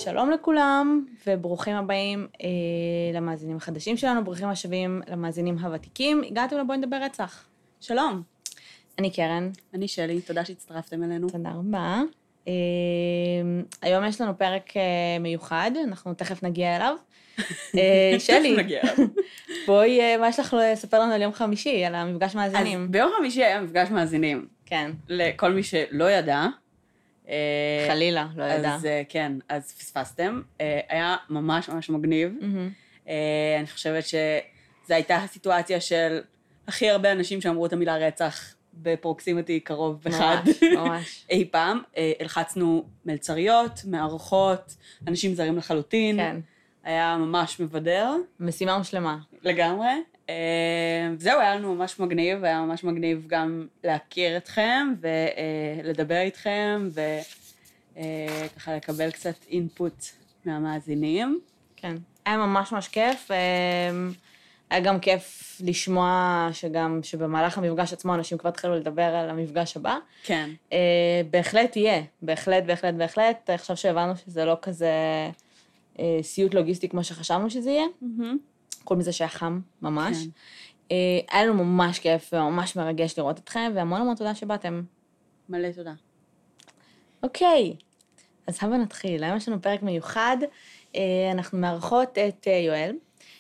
שלום לכולם, וברוכים הבאים למאזינים החדשים שלנו, ברוכים השבים למאזינים הוותיקים. הגעתם לבואי נדבר רצח. שלום. אני קרן. אני שלי, תודה שהצטרפתם אלינו. תודה רבה. היום יש לנו פרק מיוחד, אנחנו תכף נגיע אליו. שלי, בואי, מה יש לך לספר לנו על יום חמישי, על המפגש מאזינים? אז ביום חמישי היה מפגש מאזינים. כן. לכל מי שלא ידע. חלילה, לא ידע. אז כן, אז פספסתם. היה ממש ממש מגניב. אני חושבת שזו הייתה הסיטואציה של הכי הרבה אנשים שאמרו את המילה רצח בפרוקסימיטי קרוב אחד. ממש. אי פעם. הלחצנו מלצריות, מערכות, אנשים זרים לחלוטין. כן. היה ממש מבדר. משימה ושלמה. לגמרי. זהו, היה לנו ממש מגניב, היה ממש מגניב גם להכיר אתכם ולדבר איתכם וככה לקבל קצת אינפוט מהמאזינים. כן, היה ממש ממש כיף. היה גם כיף לשמוע שבמהלך המפגש עצמו אנשים כבר התחילו לדבר על המפגש הבא. כן. בהחלט יהיה, בהחלט. עכשיו שהבנו שזה לא כזה סיוט לוגיסטי כמו שחשבנו שזה יהיה. כל מזה שהיה חם, ממש. כן. היה לנו ממש כיף וממש מרגש לראות אתכם, והמון המון תודה שבאתם. מלא תודה. אוקיי, אז הבה נתחיל. היום יש לנו פרק מיוחד. אנחנו מארחות את יואל,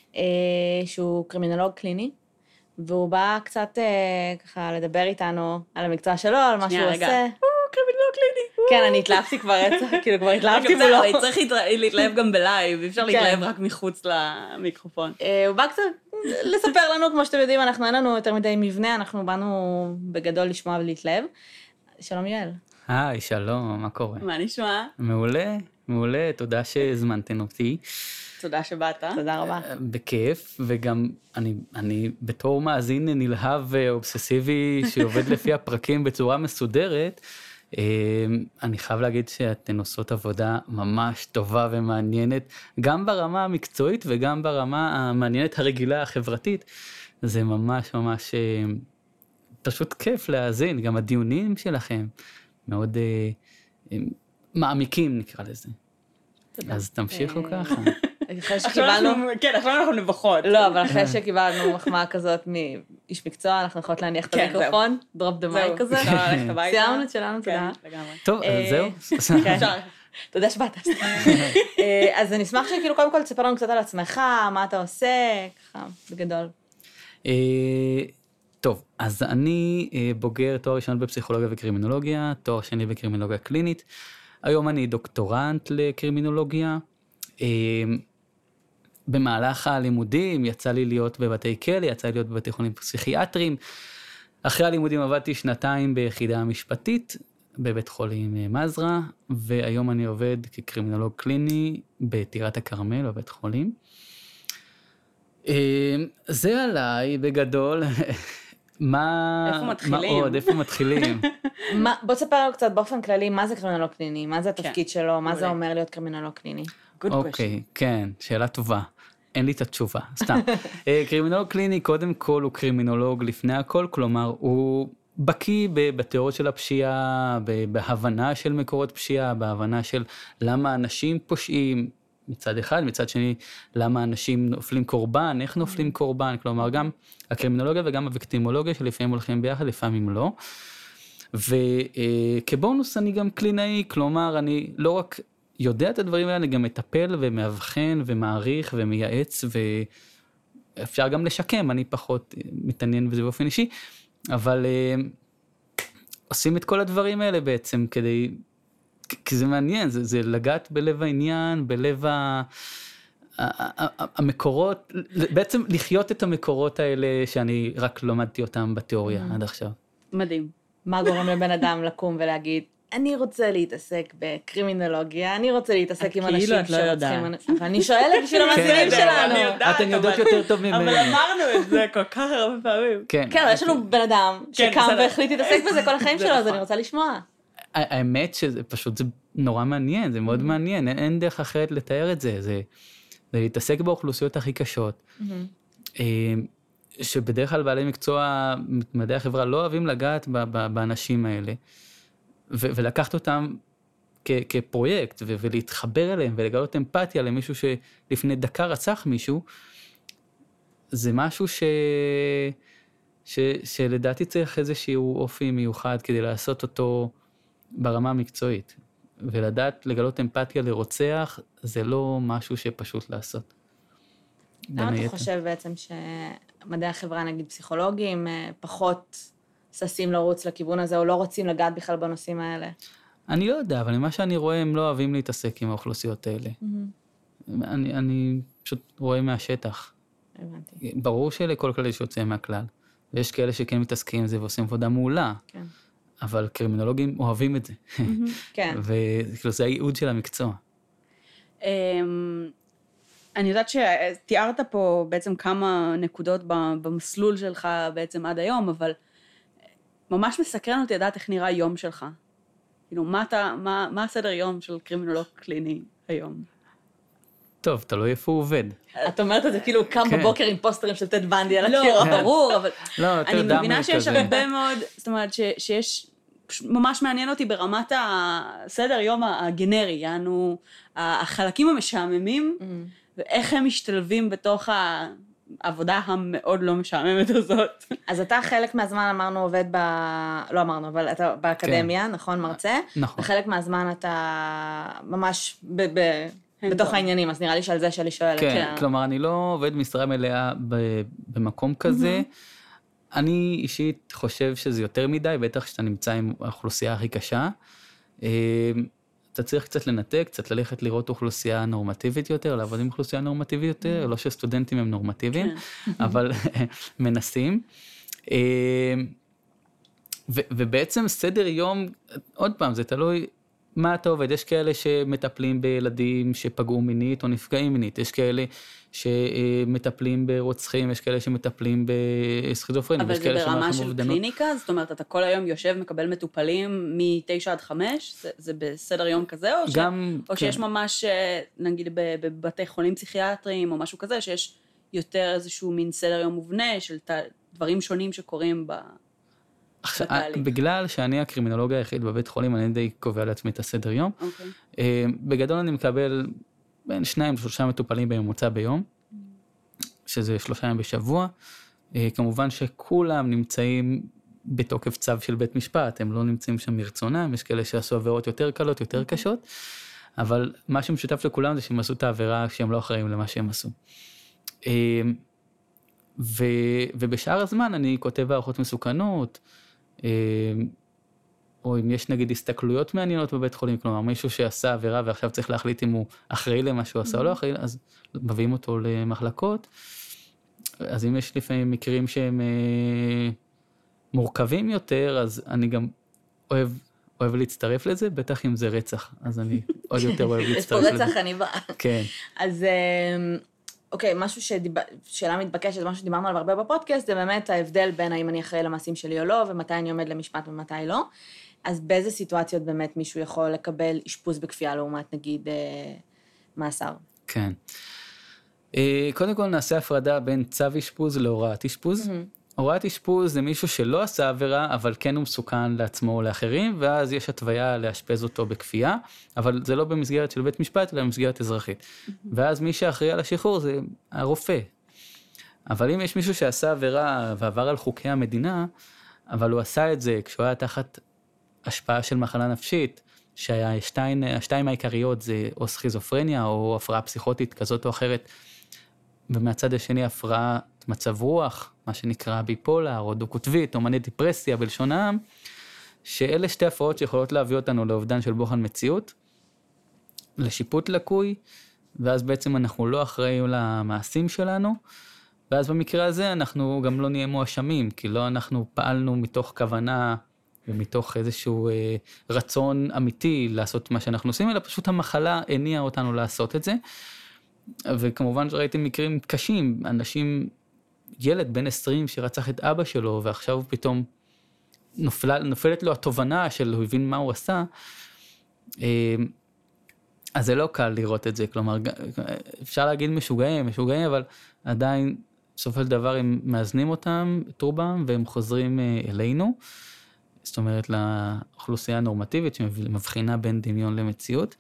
שהוא קרימינולוג קליני, והוא בא קצת ככה לדבר איתנו על המקצוע שלו, על מה שהוא עושה. קרימינולוג קליני. כן, אני התלהבתי כבר רצח, כאילו כבר התלהבתי מולו. אני צריך להתלהב גם בלייב, אי אפשר להתלהב רק מחוץ למיקרופון. הוא בא קצת לספר לנו, כמו שאתם יודעים, אין לנו יותר מדי מבנה, אנחנו באנו בגדול לשמוע ולהתלהב. שלום יואל. היי, שלום, מה קורה? מה נשמע? מעולה, תודה שהזמנתן אותי. תודה שבאת. תודה רבה. בכיף, וגם אני בתור מאזין נלהב ואובססיבי שעובד לפי הפרקים בצורה מסודרת, אני חייב להגיד שאתן עושות עבודה ממש טובה ומעניינת, גם ברמה המקצועית וגם ברמה המעניינת הרגילה החברתית. זה ממש ממש פשוט כיף להאזין, גם הדיונים שלכם מאוד מעמיקים נקרא לזה. אז תמשיכו ככה. אחרי שקיבלנו... כן, עכשיו אנחנו נבוכות. לא, אבל אחרי שקיבלנו מחמאה כזאת מאיש מקצוע, אנחנו יכולות להניח את המיקרופון, דרופ דה מייק כזה. סיימנו את שלנו, תודה. טוב, זהו. תודה שבאת. אז אני אשמח שכאילו קודם כל תספר לנו קצת על עצמך, מה אתה עושה, ככה, בגדול. טוב, אז אני בוגר תואר ראשון בפסיכולוגיה וקרימינולוגיה, תואר שני בקרימינולוגיה קלינית. היום אני דוקטורנט לקרימינולוגיה. במהלך הלימודים יצא לי להיות בבתי כלא, יצא לי להיות בבתי חולים פסיכיאטריים. אחרי הלימודים עבדתי 2 ביחידה המשפטית בבית חולים מזרע, והיום אני עובד כקרימינולוג קליני בטירת הכרמל בבית חולים. זה עליי בגדול. איפה מתחילים? בוא תספר לנו קצת באופן כללי, מה זה קרימינולוג קליני? מה זה התפקיד שלו? מה זה אומר להיות קרימינולוג קליני? אוקיי, כן, שאלה טובה. אין לי את התשובה, סתם. קרימינולוג קליני, קודם כל הוא קרימינולוג לפני הכל, כלומר, הוא בקיא בתיאוריות של הפשיעה, בהבנה של מקורות פשיעה, בהבנה של למה אנשים פושעים, מצד אחד, מצד שני, למה אנשים נופלים קורבן, איך נופלים קורבן, כלומר, גם הקרימינולוגיה וגם הוויקטימולוגיה, שלפעמים הולכים ביחד, לפעמים לא. וכבונוס אני גם קלינאי, כלומר, אני לא רק יודע את הדברים האלה, אני גם מטפל ומאבחן ומעריך ומייעץ, ואפשר גם לשקם, אני פחות מתעניין בזה באופן אישי, אבל עושים את כל הדברים האלה בעצם כדי... כי זה מעניין, זה לגעת בלב העניין, בלב המקורות, בעצם לחיות את המקורות האלה שאני רק למדתי אותם בתיאוריה עד עכשיו. מדהים. מה גורם לבן אדם לקום ולהגיד, אני רוצה להתעסק בקרימינולוגיה, אני רוצה להתעסק עם אנשים שרוצחים אנשים. אני שואלת בשביל המאזינים שלנו. אתן יודעות יותר טוב ממני. אבל אמרנו את זה כל כך הרבה פעמים. כן, יש לנו בן אדם שקם והחליט להתעסק בזה כל החיים שלו, אז אני רוצה לשמוע. האמת שזה פשוט זה נורא מעניין, זה מאוד מעניין, אין דרך אחרת לתאר את זה, זה להתעסק באוכלוסיות הכי קשות, שבדרך כלל בעלי מקצוע, מדעי החברה, לא אוהבים לגעת באנשים האלה, ולקחת אותם כפרויקט, ולהתחבר אליהם, ולגלות אמפתיה למישהו שלפני דקה רצח מישהו, זה משהו שלדעתי צריך איזשהו אופי מיוחד, כדי לעשות אותו ברמה המקצועית. ולדעת לגלות אמפתיה לרוצח, זה לא משהו שפשוט לעשות. למה אתה חושב בעצם שמדעי החברה, נגיד פסיכולוגים, פחות ששים לרוץ לכיוון הזה, או לא רוצים לגעת בכלל בנושאים האלה? אני לא יודע, אבל מה שאני רואה, הם לא אוהבים להתעסק עם האוכלוסיות האלה. אני פשוט רואה מהשטח. הבנתי. ברור שלכל כלל שיוצא מהכלל. ויש כאלה שכן מתעסקים עם זה ועושים עבודה מעולה. כן. אבל קרימינולוגים אוהבים את זה. כן. וכאילו זה הייעוד של המקצוע. אני יודעת שתיארת פה בעצם כמה נקודות במסלול שלך בעצם עד היום, אבל ממש מסקרן אותי לדעת איך נראה יום שלך. כאילו, מה הסדר יום של קרימינולוג קליני היום? טוב, תלוי איפה הוא עובד. את אומרת את זה כאילו קם בבוקר עם פוסטרים של טד בנדי על הקיר. לא, ברור, אבל אני אני מבינה שיש הרבה מאוד, זאת אומרת שיש, ממש מעניין אותי ברמת הסדר יום הגנרי, יענו, החלקים המשעממים, ואיך הם משתלבים בתוך העבודה המאוד לא משעממת הזאת. אז אתה חלק מהזמן אמרנו עובד לא אמרנו, אבל אתה באקדמיה, נכון, מרצה? נכון. וחלק מהזמן אתה ממש בתוך העניינים, אז נראה לי שעל זה שלי שואלת. כן, כלומר, אני לא עובד משרה מלאה במקום כזה. אני אישית חושב שזה יותר מדי, בטח שאתה נמצא עם האוכלוסייה הכי קשה. אתה צריך קצת לנתק, קצת ללכת לראות אוכלוסייה נורמטיבית יותר, לעבוד עם אוכלוסייה נורמטיבית יותר, לא שסטודנטים הם נורמטיביים, אבל מנסים. ובעצם סדר יום, עוד פעם, זה תלוי מה אתה עובד. יש כאלה שמטפלים בילדים שפגעו מינית או נפגעים מינית, יש כאלה שמטפלים ברוצחים, יש כאלה שמטפלים בסכיזופרנים, אבל זה ברמה של קליניקה? זאת אומרת, אתה כל היום יושב, מקבל מטופלים מ-9 עד 5? זה בסדר יום כזה? או שיש ממש, נגיד, בבתי חולים פסיכיאטריים או משהו כזה, שיש יותר איזשהו מין סדר יום מובנה של דברים שונים שקורים בתהליך? בגלל שאני הקרימינולוג היחיד בבית חולים, אני די קובע לעצמי את הסדר יום. בגדול אני מקבל בין 2-3 מטופלים בממוצע ביום, שזה 3 ימים בשבוע. כמובן שכולם נמצאים בתוקף צו של בית משפט, הם לא נמצאים שם מרצונם, יש כאלה שעשו עבירות יותר קלות, יותר קשות, אבל מה שמשותף לכולם זה שהם עשו את העבירה שהם לא אחראים למה שהם עשו. ובשאר הזמן אני כותב הערכות מסוכנות, או אם יש נגיד הסתכלויות מעניינות בבית חולים, כלומר מישהו שעשה עבירה ועכשיו צריך להחליט אם הוא אחראי למה שהוא עשה או לא אחראי, אז מביאים אותו למחלקות. אז אם יש לפעמים מקרים שהם מורכבים יותר, אז אני גם אוהב להצטרף לזה, בטח אם זה רצח, אז אני עוד יותר אוהב להצטרף לזה. יש פה רצח, אני באה. כן. אז אוקיי, שאלה מתבקשת, משהו שדיברנו עליו הרבה בפודקאסט, זה באמת ההבדל בין האם אני אחראי למעשים שלי או לא, ומתי אני עומד למשפט ומתי לא. אז באיזה סיטואציות באמת מישהו יכול לקבל אשפוז בכפייה לעומת, נגיד, מאסר? כן. קודם כל נעשה הפרדה בין צו אשפוז להוראת אשפוז. הוראת אשפוז זה מישהו שלא עשה עבירה, אבל כן הוא מסוכן לעצמו או לאחרים, ואז יש התוויה לאשפז אותו בכפייה, אבל זה לא במסגרת של בית משפט, אלא במסגרת אזרחית. ואז מי שאחראי על השחרור זה הרופא. אבל אם יש מישהו שעשה עבירה ועבר על חוקי המדינה, אבל הוא עשה את זה כשהוא היה תחת השפעה של מחלה נפשית, שהשתיים העיקריות זה או סכיזופרניה או הפרעה פסיכוטית כזאת או אחרת, ומהצד השני הפרעת מצב רוח, מה שנקרא ביפולר או דו-קוטבית או מניה דיפרסיה בלשון העם, שאלה שתי הפרעות שיכולות להביא אותנו לאובדן של בוחן מציאות, לשיפוט לקוי, ואז בעצם אנחנו לא אחראים למעשים שלנו, ואז במקרה הזה אנחנו גם לא נהיה מואשמים, כי לא אנחנו פעלנו מתוך כוונה ומתוך איזשהו רצון אמיתי לעשות מה שאנחנו עושים, אלא פשוט המחלה הניעה אותנו לעשות את זה. וכמובן שראיתי מקרים קשים, ילד בן 20 שרצח את אבא שלו, ועכשיו פתאום נופלת לו התובנה של הוא הבין מה הוא עשה, אז זה לא קל לראות את זה, כלומר, אפשר להגיד משוגעים, אבל עדיין בסופו של דבר הם מאזנים אותם, את רובם, והם חוזרים אלינו. זאת אומרת לאוכלוסייה הנורמטיבית שמבחינה בין דמיון למציאות,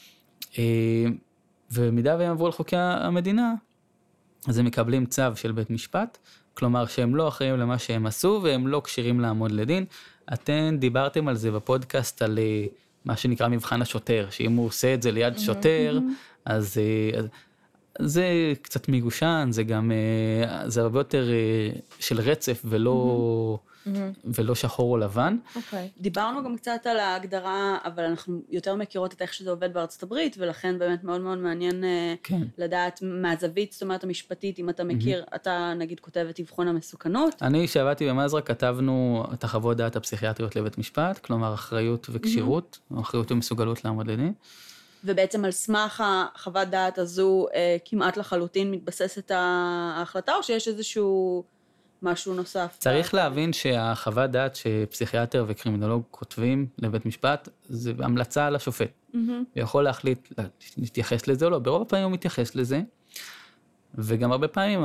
ובמידה והם עברו על חוקי המדינה, אז הם מקבלים צו של בית משפט, כלומר שהם לא אחראים למה שהם עשו, והם לא קשירים לעמוד לדין. אתן דיברתם על זה בפודקאסט, על מה שנקרא מבחן השוטר, שאם הוא עושה את זה ליד שוטר, אז זה קצת מיגושן, זה גם, זה הרבה יותר של רצף ולא שחור או לבן. אוקיי. דיברנו גם קצת על ההגדרה, אבל אנחנו יותר מכירות את איך שזה עובד בארצות הברית, ולכן באמת מאוד מאוד מעניין לדעת מהזווית, זאת אומרת המשפטית, אם אתה מכיר, אתה נגיד כותב את אבחון המסוכנות. אני שעבדתי במזרע, כתבנו את החוות דעת הפסיכיאטריות לבית משפט, כלומר אחריות וקשירות, או אחריות ומסוגלות לעמוד לדין. ובעצם על סמך החוות דעת הזו כמעט לחלוטין מתבססת ההחלטה, או שיש איזשהו משהו נוסף? צריך להבין שהחוות דעת שפסיכיאטר וקרימינולוג כותבים לבית משפט, זה המלצה על השופט. הוא יכול להחליט להתייחס לזה או לא, ברוב הפעמים הוא מתייחס לזה, וגם הרבה פעמים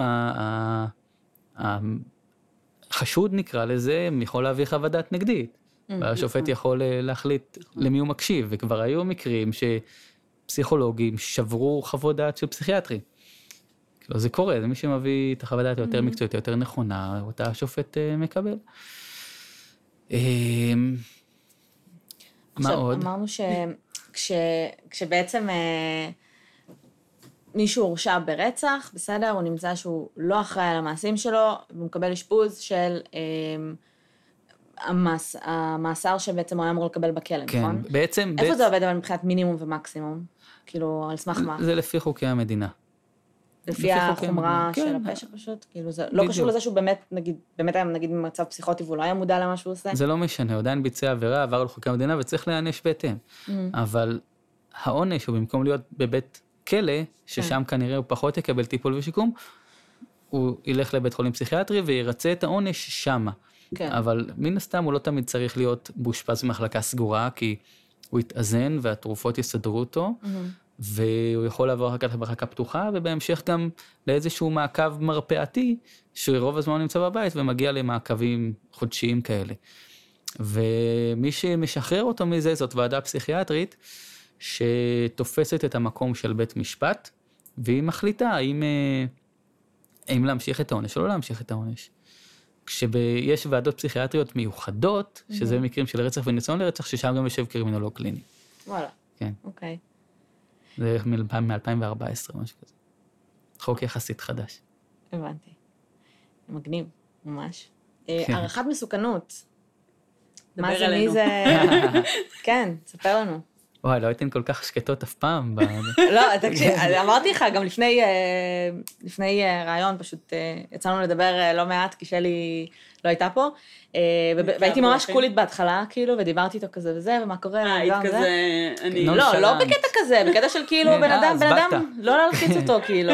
החשוד נקרא לזה, יכול להביא חוות דעת נגדית. והשופט יכול להחליט למי הוא מקשיב, וכבר היו מקרים שפסיכולוגים שברו חוות דעת של פסיכיאטרי. זה קורה, זה מי שמביא את החוות דעת יותר מקצועית, יותר נכונה, אותה השופט מקבל. מה עוד? אמרנו כשבעצם מישהו הורשע ברצח, בסדר, הוא נמצא שהוא לא אחראי על המעשים שלו, והוא מקבל אשפוז של המאסר שבעצם הוא היה אמור לקבל בכלא, נכון? כן, בעצם... איפה זה עובד אבל מבחינת מינימום ומקסימום? כאילו, על סמך מה? זה לפי חוקי המדינה. לפי החומרה של הפשע פשוט? כאילו, זה לא קשור לזה שהוא באמת, באמת היה נגיד במצב פסיכוטי, והוא לא היה מודע למה שהוא עושה? זה לא משנה, הוא עדיין ביצע עבירה, עבר על חוקי המדינה, וצריך להיענש בהתאם. אבל העונש הוא במקום להיות בבית כלא, ששם כנראה הוא פחות יקבל טיפול ושיקום, הוא ילך לבית חולים פסיכיאטרי וירצה את העונש שמה. אבל מן הסתם הוא לא תמיד צריך להיות מאושפז במחלקה סגורה, כי הוא יתאזן והתרופות יסדרו אותו, והוא יכול לעבור אחר כך למחלקה פתוחה, ובהמשך גם לאיזשהו מעקב מרפאתי, שרוב הזמן נמצא בבית ומגיע למעקבים חודשיים כאלה. ומי שמשחרר אותו מזה, זאת ועדה פסיכיאטרית, שתופסת את המקום של בית משפט, והיא מחליטה האם להמשיך את העונש או לא להמשיך את העונש. כשיש ועדות פסיכיאטריות מיוחדות, שזה מקרים של רצח וניסיון לרצח, ששם גם יושב קרימינולוג קליני. וואלה. כן. אוקיי. זה מ-2014, משהו כזה. חוק יחסית חדש. הבנתי. מגניב, ממש. הערכת מסוכנות. מה זה, מי זה... כן, ספר לנו. וואי, לא הייתן כל כך שקטות אף פעם. לא, תקשיב, אמרתי לך, גם לפני רעיון, פשוט יצאנו לדבר לא מעט, כי שלי לא הייתה פה, והייתי ממש קולית בהתחלה, כאילו, ודיברתי איתו כזה וזה, ומה קורה, היית כזה, אני... לא בקטע כזה, בקטע של כאילו, בן אדם, לא להלחיץ אותו, כאילו.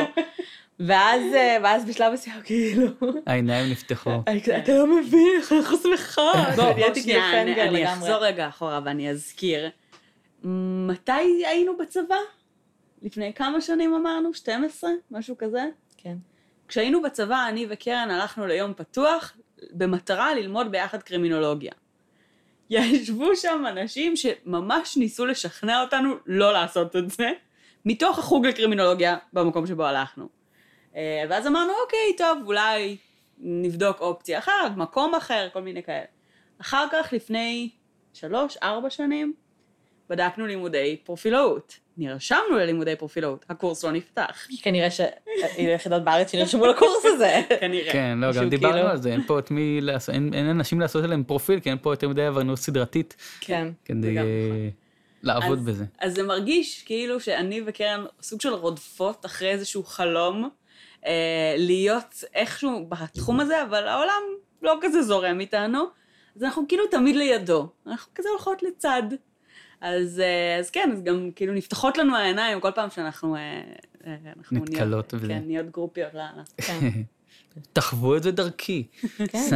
ואז בשלב מסוים, כאילו... העיניים נפתחו. אתה לא מבין, אנחנו שמחה. אני אחזור רגע אחורה ואני אזכיר. מתי היינו בצבא? לפני כמה שנים אמרנו? 12? משהו כזה? כן. כשהיינו בצבא, אני וקרן הלכנו ליום פתוח, במטרה ללמוד ביחד קרימינולוגיה. ישבו שם אנשים שממש ניסו לשכנע אותנו לא לעשות את זה, מתוך החוג לקרימינולוגיה במקום שבו הלכנו. ואז אמרנו, אוקיי, טוב, אולי נבדוק אופציה אחרת, מקום אחר, כל מיני כאלה. אחר כך, לפני 3-4 שנים, בדקנו לימודי פרופילאות. נרשמנו ללימודי פרופילאות, הקורס לא נפתח. כנראה היחידות בארץ שנרשמו לקורס הזה. כנראה. כן, לא, גם דיברנו על זה, אין פה את מי לעשות, אין אנשים לעשות עליהם פרופיל, כי אין פה יותר מדי עבריינות סדרתית. כן. כדי לעבוד בזה. אז זה מרגיש כאילו שאני וקרן סוג של רודפות אחרי איזשהו חלום, להיות איכשהו בתחום הזה, אבל העולם לא כזה זורם איתנו, אז אנחנו כאילו תמיד לידו, אנחנו כזה הולכות לצד. אז כן, אז גם כאילו נפתחות לנו העיניים כל פעם שאנחנו נתקלות בזה. כן, נהיות גרופיות. תחוו את זה דרכי. כן.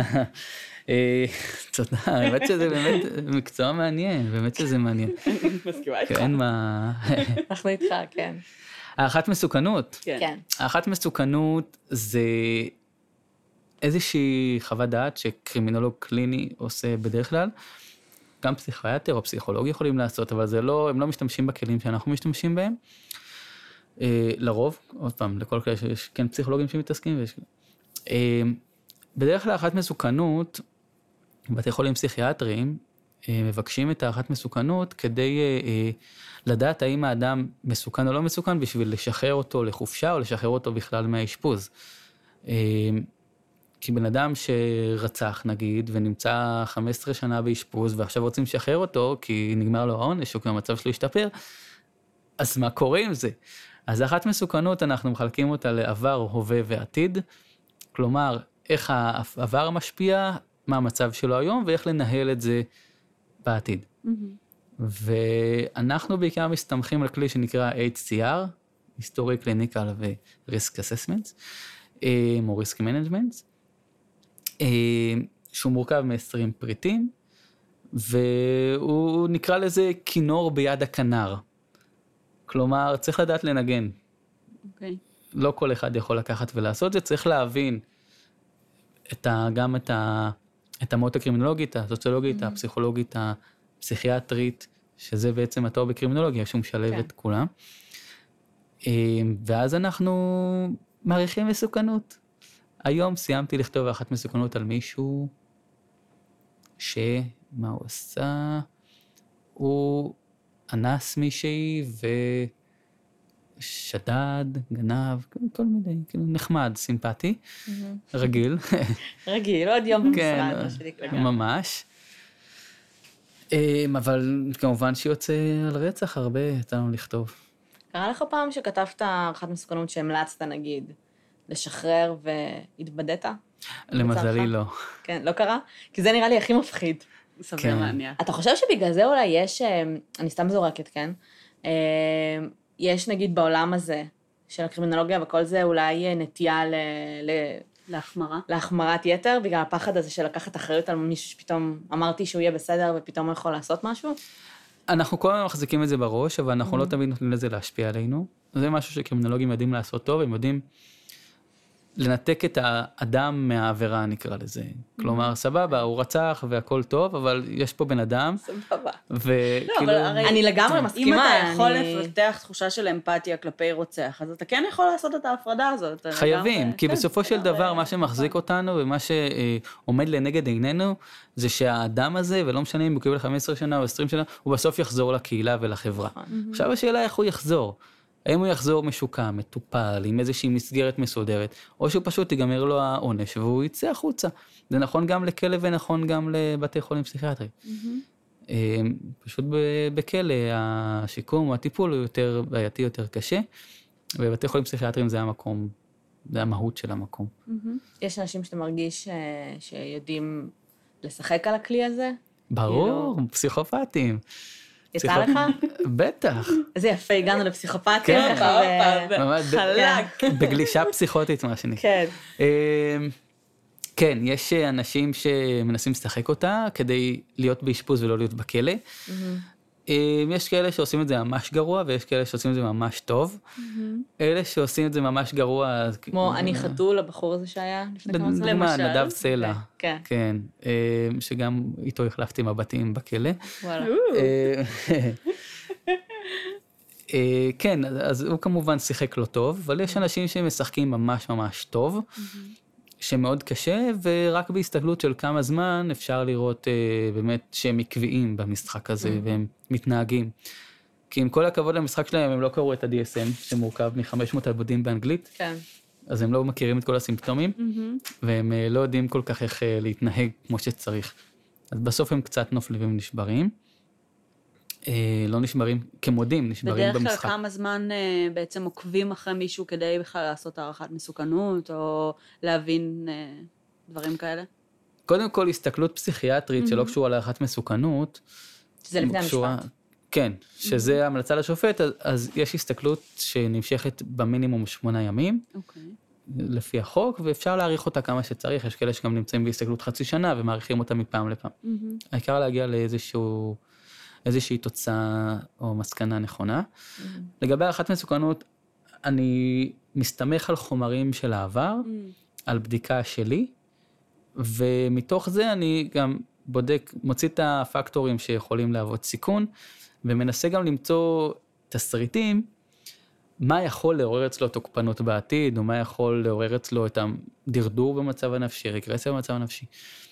תודה, האמת שזה באמת מקצוע מעניין, באמת שזה מעניין. מסכימה איתך. אין מה... אנחנו איתך, כן. הערכת מסוכנות. כן. הערכת מסוכנות זה איזושהי חוות דעת שקרימינולוג קליני עושה בדרך כלל, גם פסיכיאטר או פסיכולוג יכולים לעשות, אבל הם לא משתמשים בכלים שאנחנו משתמשים בהם. לרוב, עוד פעם, לכל כלל שיש כן פסיכולוגים שמתעסקים, בדרך כלל הערכת מסוכנות, בתי חולים פסיכיאטריים, מבקשים את הערכת מסוכנות כדי לדעת האם האדם מסוכן או לא מסוכן, בשביל לשחרר אותו לחופשה או לשחרר אותו בכלל מהאשפוז. כי בן אדם שרצח נגיד ונמצא 15 שנה באשפוז ועכשיו רוצים לשחרר אותו כי נגמר לו העונש או כי המצב שלו השתפר, אז מה קורה עם זה? אז הערכת מסוכנות אנחנו מחלקים אותה לעבר, הווה ועתיד, כלומר איך העבר משפיע, מה המצב שלו היום ואיך לנהל את זה בעתיד. ואנחנו בעיקר מסתמכים על כלי שנקרא HCR, History Clinical ו-Risk Assessments, או Risk Management, שהוא מורכב מ-20 פריטים, והוא נקרא לזה כינור ביד הכנר. כלומר, צריך לדעת לנגן. אוקיי. לא כל אחד יכול לקחת ולעשות זה, צריך להבין גם את המות הקרימינולוגית, הסוציולוגית, הפסיכולוגית, הפסיכיאטרית, שזה בעצם התואר בקרימינולוגיה, שהוא משלב את כולם. ואז אנחנו מעריכים מסוכנות. היום סיימתי לכתוב הערכת מסוכנות על מישהו מה הוא עשה? הוא אנס מישהי ושדד, גנב, כל מיני, כאילו נחמד, סימפטי, רגיל. רגיל, עוד יום במשרד, כן, מה שלי ממש. אבל כמובן שיוצא על רצח הרבה, יצא לנו לכתוב. קרה לך פעם שכתבת הערכת מסוכנות שהמלצת, נגיד, לשחרר והתבדית? למזלי לא. כן, לא קרה? כי זה נראה לי הכי מפחיד. סביר מעניין. אתה חושב שבגלל זה אולי יש, אני סתם זורקת, כן? יש נגיד בעולם הזה של הקרימינולוגיה וכל זה אולי נטייה להחמרה. להחמרת יתר, בגלל הפחד הזה של לקחת אחריות על מישהו שפתאום אמרתי שהוא יהיה בסדר ופתאום הוא יכול לעשות משהו? אנחנו כל הזמן מחזיקים את זה בראש, אבל אנחנו לא תמיד נותנים לזה להשפיע עלינו. זה משהו שקרימינולוגים יודעים לעשות טוב, הם יודעים לנתק את האדם מהעבירה, נקרא לזה. כלומר, סבבה, הוא רצח והכל טוב, אבל יש פה בן אדם. סבבה. וכאילו... אני לגמרי מסכימה. אם אתה יכול לפתח תחושה של אמפתיה כלפי רוצח, אז אתה כן יכול לעשות את ההפרדה הזאת. חייבים, כי בסופו של דבר, מה שמחזיק אותנו ומה שעומד לנגד עינינו, זה שהאדם הזה, ולא משנה אם הוא קיבל 15 שנה או 20 שנה, הוא בסוף יחזור לקהילה ולחברה. עכשיו השאלה איך הוא יחזור. האם הוא יחזור משוקם, מטופל, עם איזושהי מסגרת מסודרת, או שהוא פשוט יגמר לו העונש, והוא יצא החוצה. זה נכון גם לכלא ונכון גם לבתי חולים פסיכיאטריים. פשוט בכלא, השיקום או הטיפול הוא יותר בעייתי, יותר קשה, ובבתי חולים פסיכיאטריים זה המקום, זה המהות של המקום. יש אנשים שאתה מרגיש שיודעים לשחק על הכלי הזה? ברור, פסיכופטים. יצא לך? בטח. איזה יפה, הגענו לפסיכופתיה. כן, חלק. בגלישה פסיכוטית, מה שנקרא. כן. כן, יש אנשים שמנסים לשחק אותה כדי להיות באשפוז ולא להיות בכלא. יש כאלה שעושים את זה ממש גרוע, ויש כאלה שעושים את זה ממש טוב. אלה שעושים את זה ממש גרוע... כמו אני חתול, הבחור הזה שהיה לפני כמה זמן. לדוגמה, נדב סלע. כן. כן, שגם איתו החלפתי מבטים בכלא. וואלה. כן, אז הוא כמובן שיחק לא טוב, אבל יש אנשים שמשחקים ממש ממש טוב, שמאוד קשה, ורק בהסתכלות של כמה זמן אפשר לראות באמת שהם עקביים במשחק הזה, והם מתנהגים. כי עם כל הכבוד למשחק שלהם, הם לא קראו את ה-DSM, שמורכב מ-500 עבודים באנגלית, כן. אז הם לא מכירים את כל הסימפטומים, והם לא יודעים כל כך איך להתנהג כמו שצריך. אז בסוף הם קצת נופלים ונשברים. לא נשברים כמודים, נשברים במשחק. בדרך כלל כמה זמן בעצם עוקבים אחרי מישהו כדי בכלל לעשות הערכת מסוכנות, או להבין דברים כאלה? קודם כל, הסתכלות פסיכיאטרית שלא קשורה להערכת מסוכנות. שזה לפני המשפט. כן, שזה המלצה לשופט, אז יש הסתכלות שנמשכת במינימום 8 ימים, לפי החוק, ואפשר להאריך אותה כמה שצריך. יש כאלה שגם נמצאים בהסתכלות חצי שנה, ומאריכים אותה מפעם לפעם. העיקר להגיע איזושהי תוצאה או מסקנה נכונה. לגבי הערכת מסוכנות, אני מסתמך על חומרים של העבר, על בדיקה שלי, ומתוך זה אני גם בודק, מוציא את הפקטורים שיכולים להוות סיכון, ומנסה גם למצוא תסריטים, מה יכול לעורר אצלו תוקפנות בעתיד, או מה יכול לעורר אצלו את הדרדור במצב הנפשי, רגרסיה במצב הנפשי.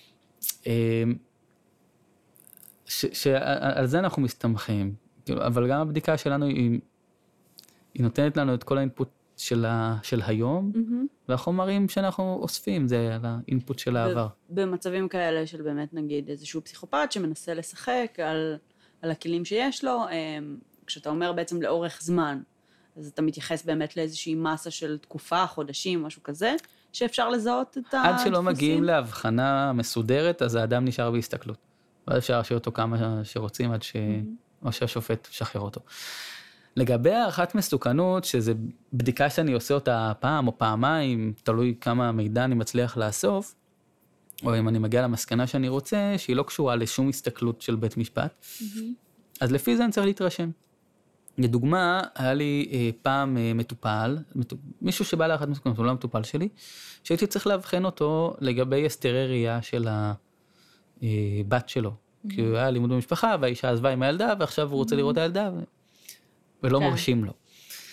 שעל זה אנחנו מסתמכים, אבל גם הבדיקה שלנו היא נותנת לנו את כל האינפוט של היום, והחומרים שאנחנו אוספים, זה על האינפוט של העבר. במצבים כאלה של באמת נגיד איזשהו פסיכופת שמנסה לשחק על הכלים שיש לו, כשאתה אומר בעצם לאורך זמן, אז אתה מתייחס באמת לאיזושהי מסה של תקופה, חודשים, משהו כזה, שאפשר לזהות את הדפוסים. עד שלא מגיעים להבחנה מסודרת, אז האדם נשאר בהסתכלות. ואז אפשר להשאיר אותו כמה שרוצים, עד או שהשופט שחרר אותו. לגבי הערכת מסוכנות, שזה בדיקה שאני עושה אותה פעם או פעמיים, תלוי כמה מידע אני מצליח לאסוף, או אם אני מגיע למסקנה שאני רוצה, שהיא לא קשורה לשום הסתכלות של בית משפט, אז לפי זה אני צריך להתרשם. לדוגמה, היה לי פעם מטופל, מישהו שבא להערכת מסוכנות, הוא לא המטופל שלי, שהייתי צריך להבחן אותו לגבי הסתרי ראייה של הבת שלו. כי הוא היה לימוד במשפחה, והאישה עזבה עם הילדה, ועכשיו הוא רוצה לראות הילדה, ולא מרשים לו.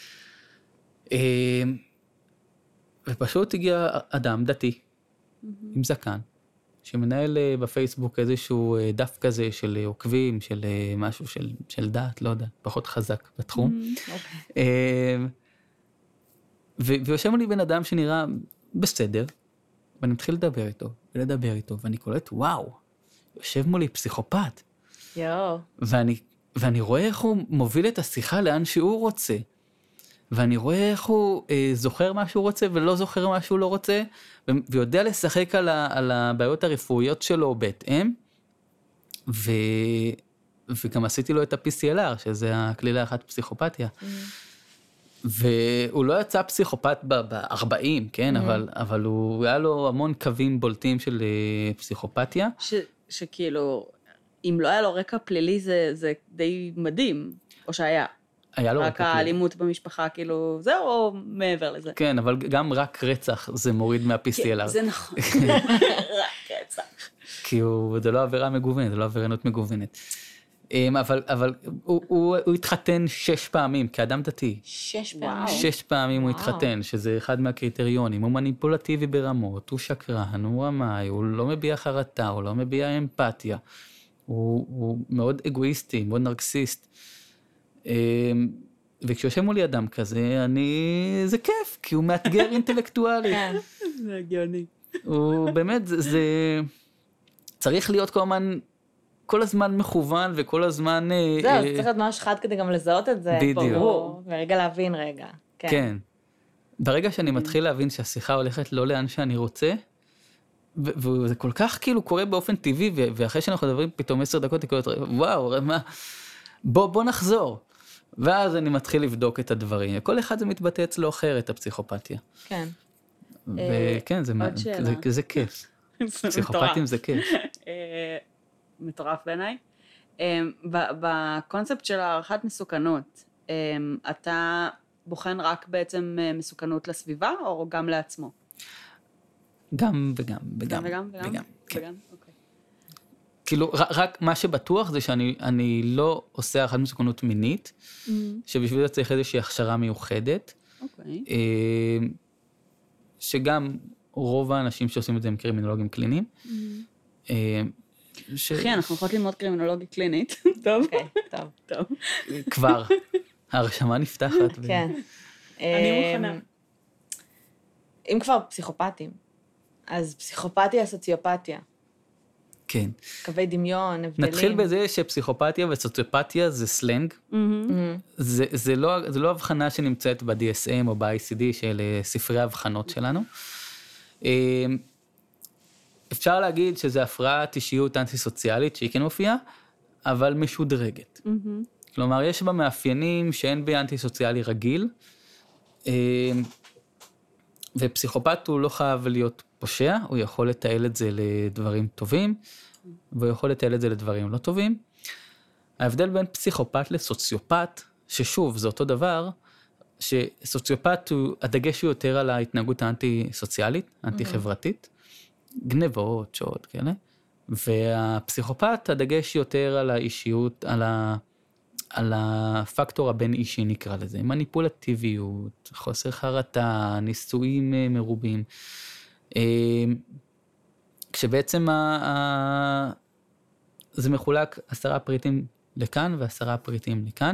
ופשוט הגיע אדם דתי, עם זקן, שמנהל בפייסבוק איזשהו דף כזה של עוקבים, של משהו של דעת, לא יודע, פחות חזק בתחום. ויושב לי בן אדם שנראה בסדר, ואני מתחיל לדבר איתו, ואני קולט, וואו, יושב מולי פסיכופת. ואני רואה איך הוא מוביל את השיחה לאן שהוא רוצה, ואני רואה איך הוא זוכר מה שהוא רוצה ולא זוכר מה שהוא לא רוצה, ויודע לשחק על הבעיות הרפואיות שלו בהתאם, וגם עשיתי לו את ה-PCLR, שזה הכלי להערכת פסיכופתיה. והוא לא יצא פסיכופת ב-40, כן? אבל הוא היה לו המון קווים בולטים של פסיכופתיה. שכאילו, אם לא היה לו רקע פלילי, זה די מדהים, או שהיה. היה לו רק האלימות במשפחה, כאילו, זהו, או מעבר לזה. כן, אבל גם רק רצח זה מוריד מה-PCLR. זה נכון, רק רצח. כי זה לא עבירה מגוונת, זה לא עבירנות מגוונת. אבל הוא התחתן 6 פעמים, כאדם דתי. 6 פעמים? 6 פעמים הוא התחתן, שזה אחד מהקריטריונים. הוא מניפולטיבי ברמות, הוא שקרן, הוא רמאי, הוא לא מביע חרטה, הוא לא מביע אמפתיה. הוא מאוד אגואיסטי, מאוד נרקסיסט. וכשיושב מולי אדם כזה, זה כיף, כי הוא מאתגר אינטלקטואלי. זה הגיוני. הוא באמת, זה צריך להיות כל הזמן מכוון, וכל הזמן... זהו, זה צריך להיות ממש חד כדי גם לזהות את זה. בדיוק. ורגע להבין רגע. כן. ברגע שאני מתחיל להבין שהשיחה הולכת לא לאן שאני רוצה, וזה כל כך כאילו קורה באופן טבעי, ואחרי שאנחנו מדברים פתאום 10 דקות, וואו, מה... בוא נחזור. ואז אני מתחיל לבדוק את הדברים. כל אחד זה מתבטא אצלו אחרת, הפסיכופתיה. כן. וכן, זה כיף. פסיכופתים זה כיף. מטורף בעיניי. בקונספט של הערכת מסוכנות, אתה בוחן רק בעצם מסוכנות לסביבה, או גם לעצמו? גם וגם. וגם? כן. כאילו, רק מה שבטוח זה שאני לא עושה הערכת מסוכנות מינית, שבשביל זה צריך איזושהי הכשרה מיוחדת, שגם רוב האנשים שעושים את זה הם קרימינולוגים קליניים. אחי, אנחנו יכולות ללמוד קרימינולוגיה קלינית. טוב. טוב. כבר, ההרשמה נפתחת. כן. אני מוכנה. אם כבר פסיכופתים, אז פסיכופתיה, סוציופתיה. כן. קווי דמיון, הבדלים. נתחיל בזה שפסיכופתיה וסוציופתיה זה סלנג. זה לא הבחנה שנמצאת ב-DSM או ב-ICD של ספרי ההבחנות שלנו. אפשר להגיד שזה הפרעת אישיות אנטי-סוציאלית שהיא כן מופיעה, אבל משודרגת. כלומר, יש בה מאפיינים שאין באנטי-סוציאלי רגיל, ופסיכופת הוא לא חייב להיות פושע, הוא יכול לתעל את זה לדברים טובים, והוא יכול לתעל את זה לדברים לא טובים. ההבדל בין פסיכופת לסוציופת, ששוב, זה אותו דבר, שסוציופת הדגש הוא יותר על ההתנהגות האנטי-סוציאלית, אנטי-חברתית, גנבות, שעות כאלה, והפסיכופת הדגש יותר על האישיות, על הפקטור הבין אישי נקרא לזה, מניפולטיביות, חוסר חרטה, ניסויים מרובים, כשבעצם זה מחולק 10 פריטים לכאן ו10 פריטים לכאן,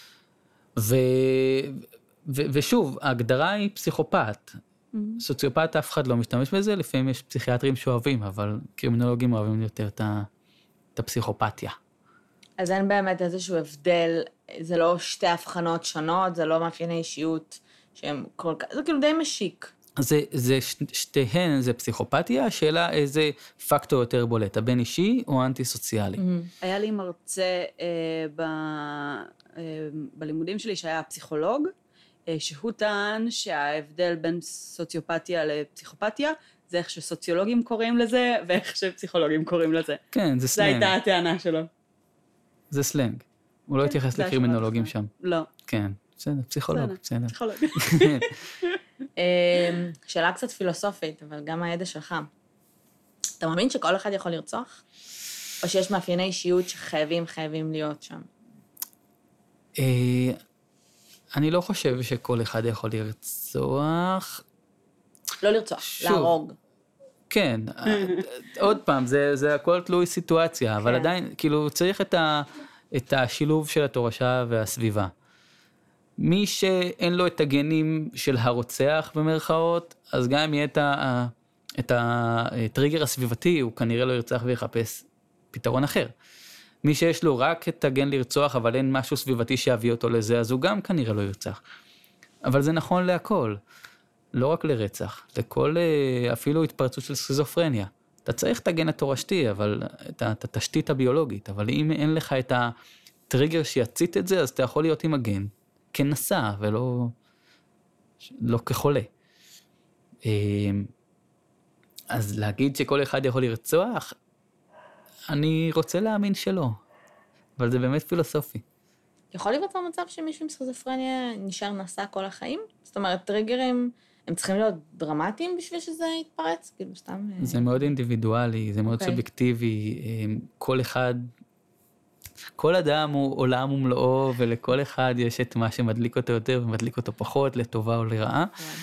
ושוב, ההגדרה היא פסיכופת, סוציופת אף אחד לא משתמש בזה, לפעמים יש פסיכיאטרים שאוהבים, אבל קרימינולוגים אוהבים יותר את הפסיכופתיה. אז אין באמת איזשהו הבדל, זה לא שתי הבחנות שונות, זה לא מאפייני אישיות שהם כל כך, זה כאילו די משיק. זה שתיהן, זה פסיכופתיה, השאלה איזה פקטור יותר בולט, הבין אישי או אנטי סוציאלי. היה לי מרצה בלימודים שלי שהיה פסיכולוג, שהוא טען שההבדל בין סוציופתיה לפסיכופתיה, זה איך שסוציולוגים קוראים לזה, ואיך שפסיכולוגים קוראים לזה. כן, זה סלנג. זו הייתה הטענה שלו. זה סלנג. הוא לא התייחס לקרימינולוגים שם. לא. כן, בסדר, פסיכולוג, בסדר. פסיכולוג. שאלה קצת פילוסופית, אבל גם הידע שלך. אתה מאמין שכל אחד יכול לרצוח? או שיש מאפייני אישיות שחייבים להיות שם? אני לא חושב שכל אחד יכול לרצוח. לא לרצוח, להרוג. כן, עוד פעם, זה הכל תלוי סיטואציה, אבל עדיין, כאילו, צריך את השילוב של התורשה והסביבה. מי שאין לו את הגנים של הרוצח במרכאות, אז גם אם יהיה את הטריגר הסביבתי, הוא כנראה לא ירצח ויחפש פתרון אחר. מי שיש לו רק את הגן לרצוח, אבל אין משהו סביבתי שיביא אותו לזה, אז הוא גם כנראה לא ירצח. אבל זה נכון להכל, לא רק לרצח, לכל אפילו התפרצות של סכיזופרניה. אתה צריך את הגן התורשתי, אבל את התשתית הביולוגית, אבל אם אין לך את הטריגר שיצית את זה, אז אתה יכול להיות עם הגן, כנסה ולא כחולה. אז להגיד שכל אחד יכול לרצוח, אני רוצה להאמין שלא, אבל זה באמת פילוסופי. יכול להיווצר מצב שמישהו עם סכיזופרניה נשאר נשא כל החיים? זאת אומרת, טריגרים, הם צריכים להיות דרמטיים בשביל שזה יתפרץ? כאילו סתם... זה מאוד אינדיבידואלי, זה מאוד סובייקטיבי, כל אחד, כל אדם הוא עולם ומלואו, ולכל אחד יש את מה שמדליק אותו יותר ומדליק אותו פחות, לטובה או לרעה.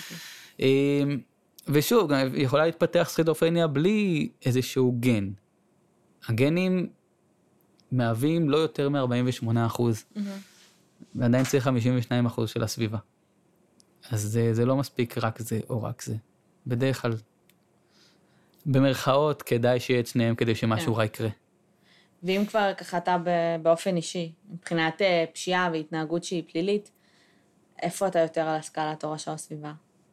ושוב, גם יכולה להתפתח סכיזופרניה בלי איזשהו גן. הגנים מהווים לא יותר מ-48%, ועדיין צריך 52% של הסביבה. אז זה לא מספיק רק זה או רק זה. בדרך כלל, במרכאות, כדאי שיהיה את שניהם כדי שמשהו רע יקרה. ואם כבר ככה אתה באופן אישי, מבחינת פשיעה והתנהגות שהיא פלילית, איפה אתה יותר על הסקאלה תורשה או סביבה?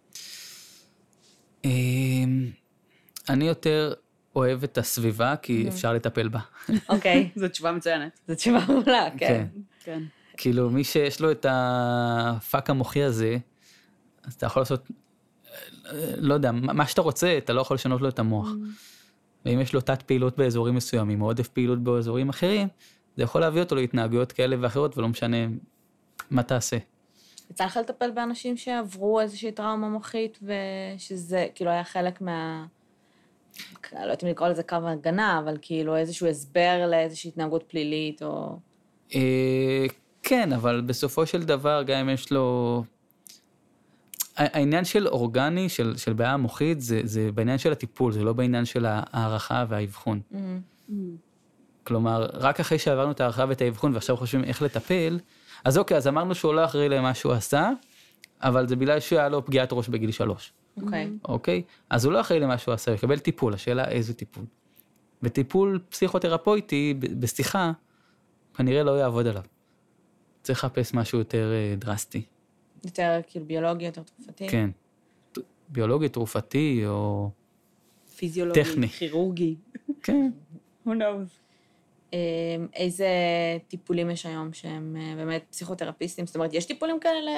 אני יותר אוהב את הסביבה, כי אפשר לטפל בה. אוקיי. זו תשובה מצוינת. זו תשובה מעולה, כן. כן. כאילו, מי שיש לו את הפאק המוחי הזה, אז אתה יכול לעשות, לא יודע, מה שאתה רוצה, אתה לא יכול לשנות לו את המוח. ואם יש לו תת פעילות באזורים מסוימים, או עודף פעילות באזורים אחרים, זה יכול להביא אותו להתנהגויות כאלה ואחרות, ולא משנה מה תעשה. יצא לך לטפל באנשים שעברו איזושהי טראומה מוחית, ושזה כאילו היה חלק לא יודעת אם לקרוא לזה קו הגנה, אבל כאילו איזשהו הסבר לאיזושהי התנהגות פלילית, או... כן, אבל בסופו של דבר, גם אם יש לו... העניין של אורגני, של בעיה מוחית, זה בעניין של הטיפול, זה לא בעניין של הערכה והאבחון. כלומר, רק אחרי שעברנו את הערכה ואת האבחון, ועכשיו חושבים איך לטפל, אז אוקיי, אז אמרנו שהוא לא אחראי למה שהוא עשה, אבל זה בגלל שהוא היה לו פגיעת ראש בגיל 3. אוקיי? אז הוא לא אחראי למה שהוא עשה, הוא יקבל טיפול, השאלה איזה טיפול. וטיפול פסיכותרפויטי בשיחה, כנראה לא יעבוד עליו. צריך לחפש משהו יותר דרסטי. יותר כאילו ביולוגי, יותר תרופתי? כן. ביולוגי, תרופתי או פיזיולוגי, טכני. כירורגי. כן. Who knows? איזה טיפולים יש היום שהם באמת פסיכותרפיסטים? זאת אומרת, יש טיפולים כאלה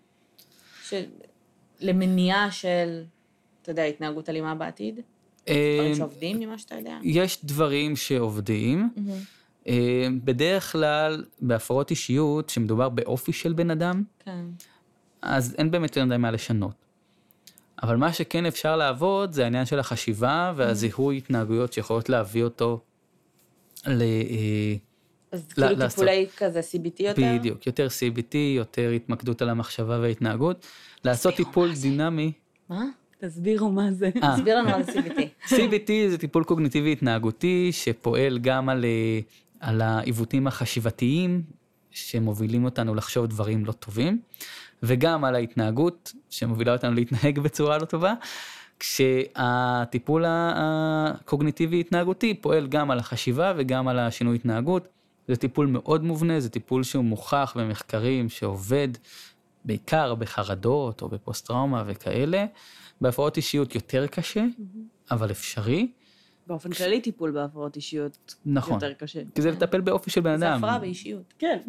למניעה של, אתה יודע, התנהגות אלימה בעתיד? דברים שעובדים ממה שאתה יודע? יש דברים שעובדים. בדרך כלל, בהפרעות אישיות, שמדובר באופי של בן אדם, כן. אז אין באמת יותר מה לשנות. אבל מה שכן אפשר לעבוד זה העניין של החשיבה והזיהוי התנהגויות שיכולות להביא אותו אז כאילו טיפולי כזה CBT יותר? בדיוק, יותר CBT, יותר התמקדות על המחשבה וההתנהגות, לעשות טיפול דינמי. מה? תסבירו מה זה. תסביר לנו מה זה CBT. CBT זה טיפול קוגניטיבי התנהגותי, שפועל גם על העיוותים החשיבתיים, שמובילים אותנו לחשוב דברים לא טובים, וגם על ההתנהגות, שמובילה אותנו להתנהג בצורה לא טובה, כשהטיפול הקוגניטיבי התנהגותי פועל גם על החשיבה וגם על השינוי התנהגות. זה טיפול מאוד מובנה, זה טיפול שהוא מוכח במחקרים, שעובד בעיקר בחרדות או בפוסט-טראומה וכאלה. בהפרעות אישיות יותר קשה, אבל אפשרי. באופן כללי טיפול בהפרעות אישיות יותר קשה. כי זה לטפל באופי של בן אדם. זה הפרעה באישיות. כן.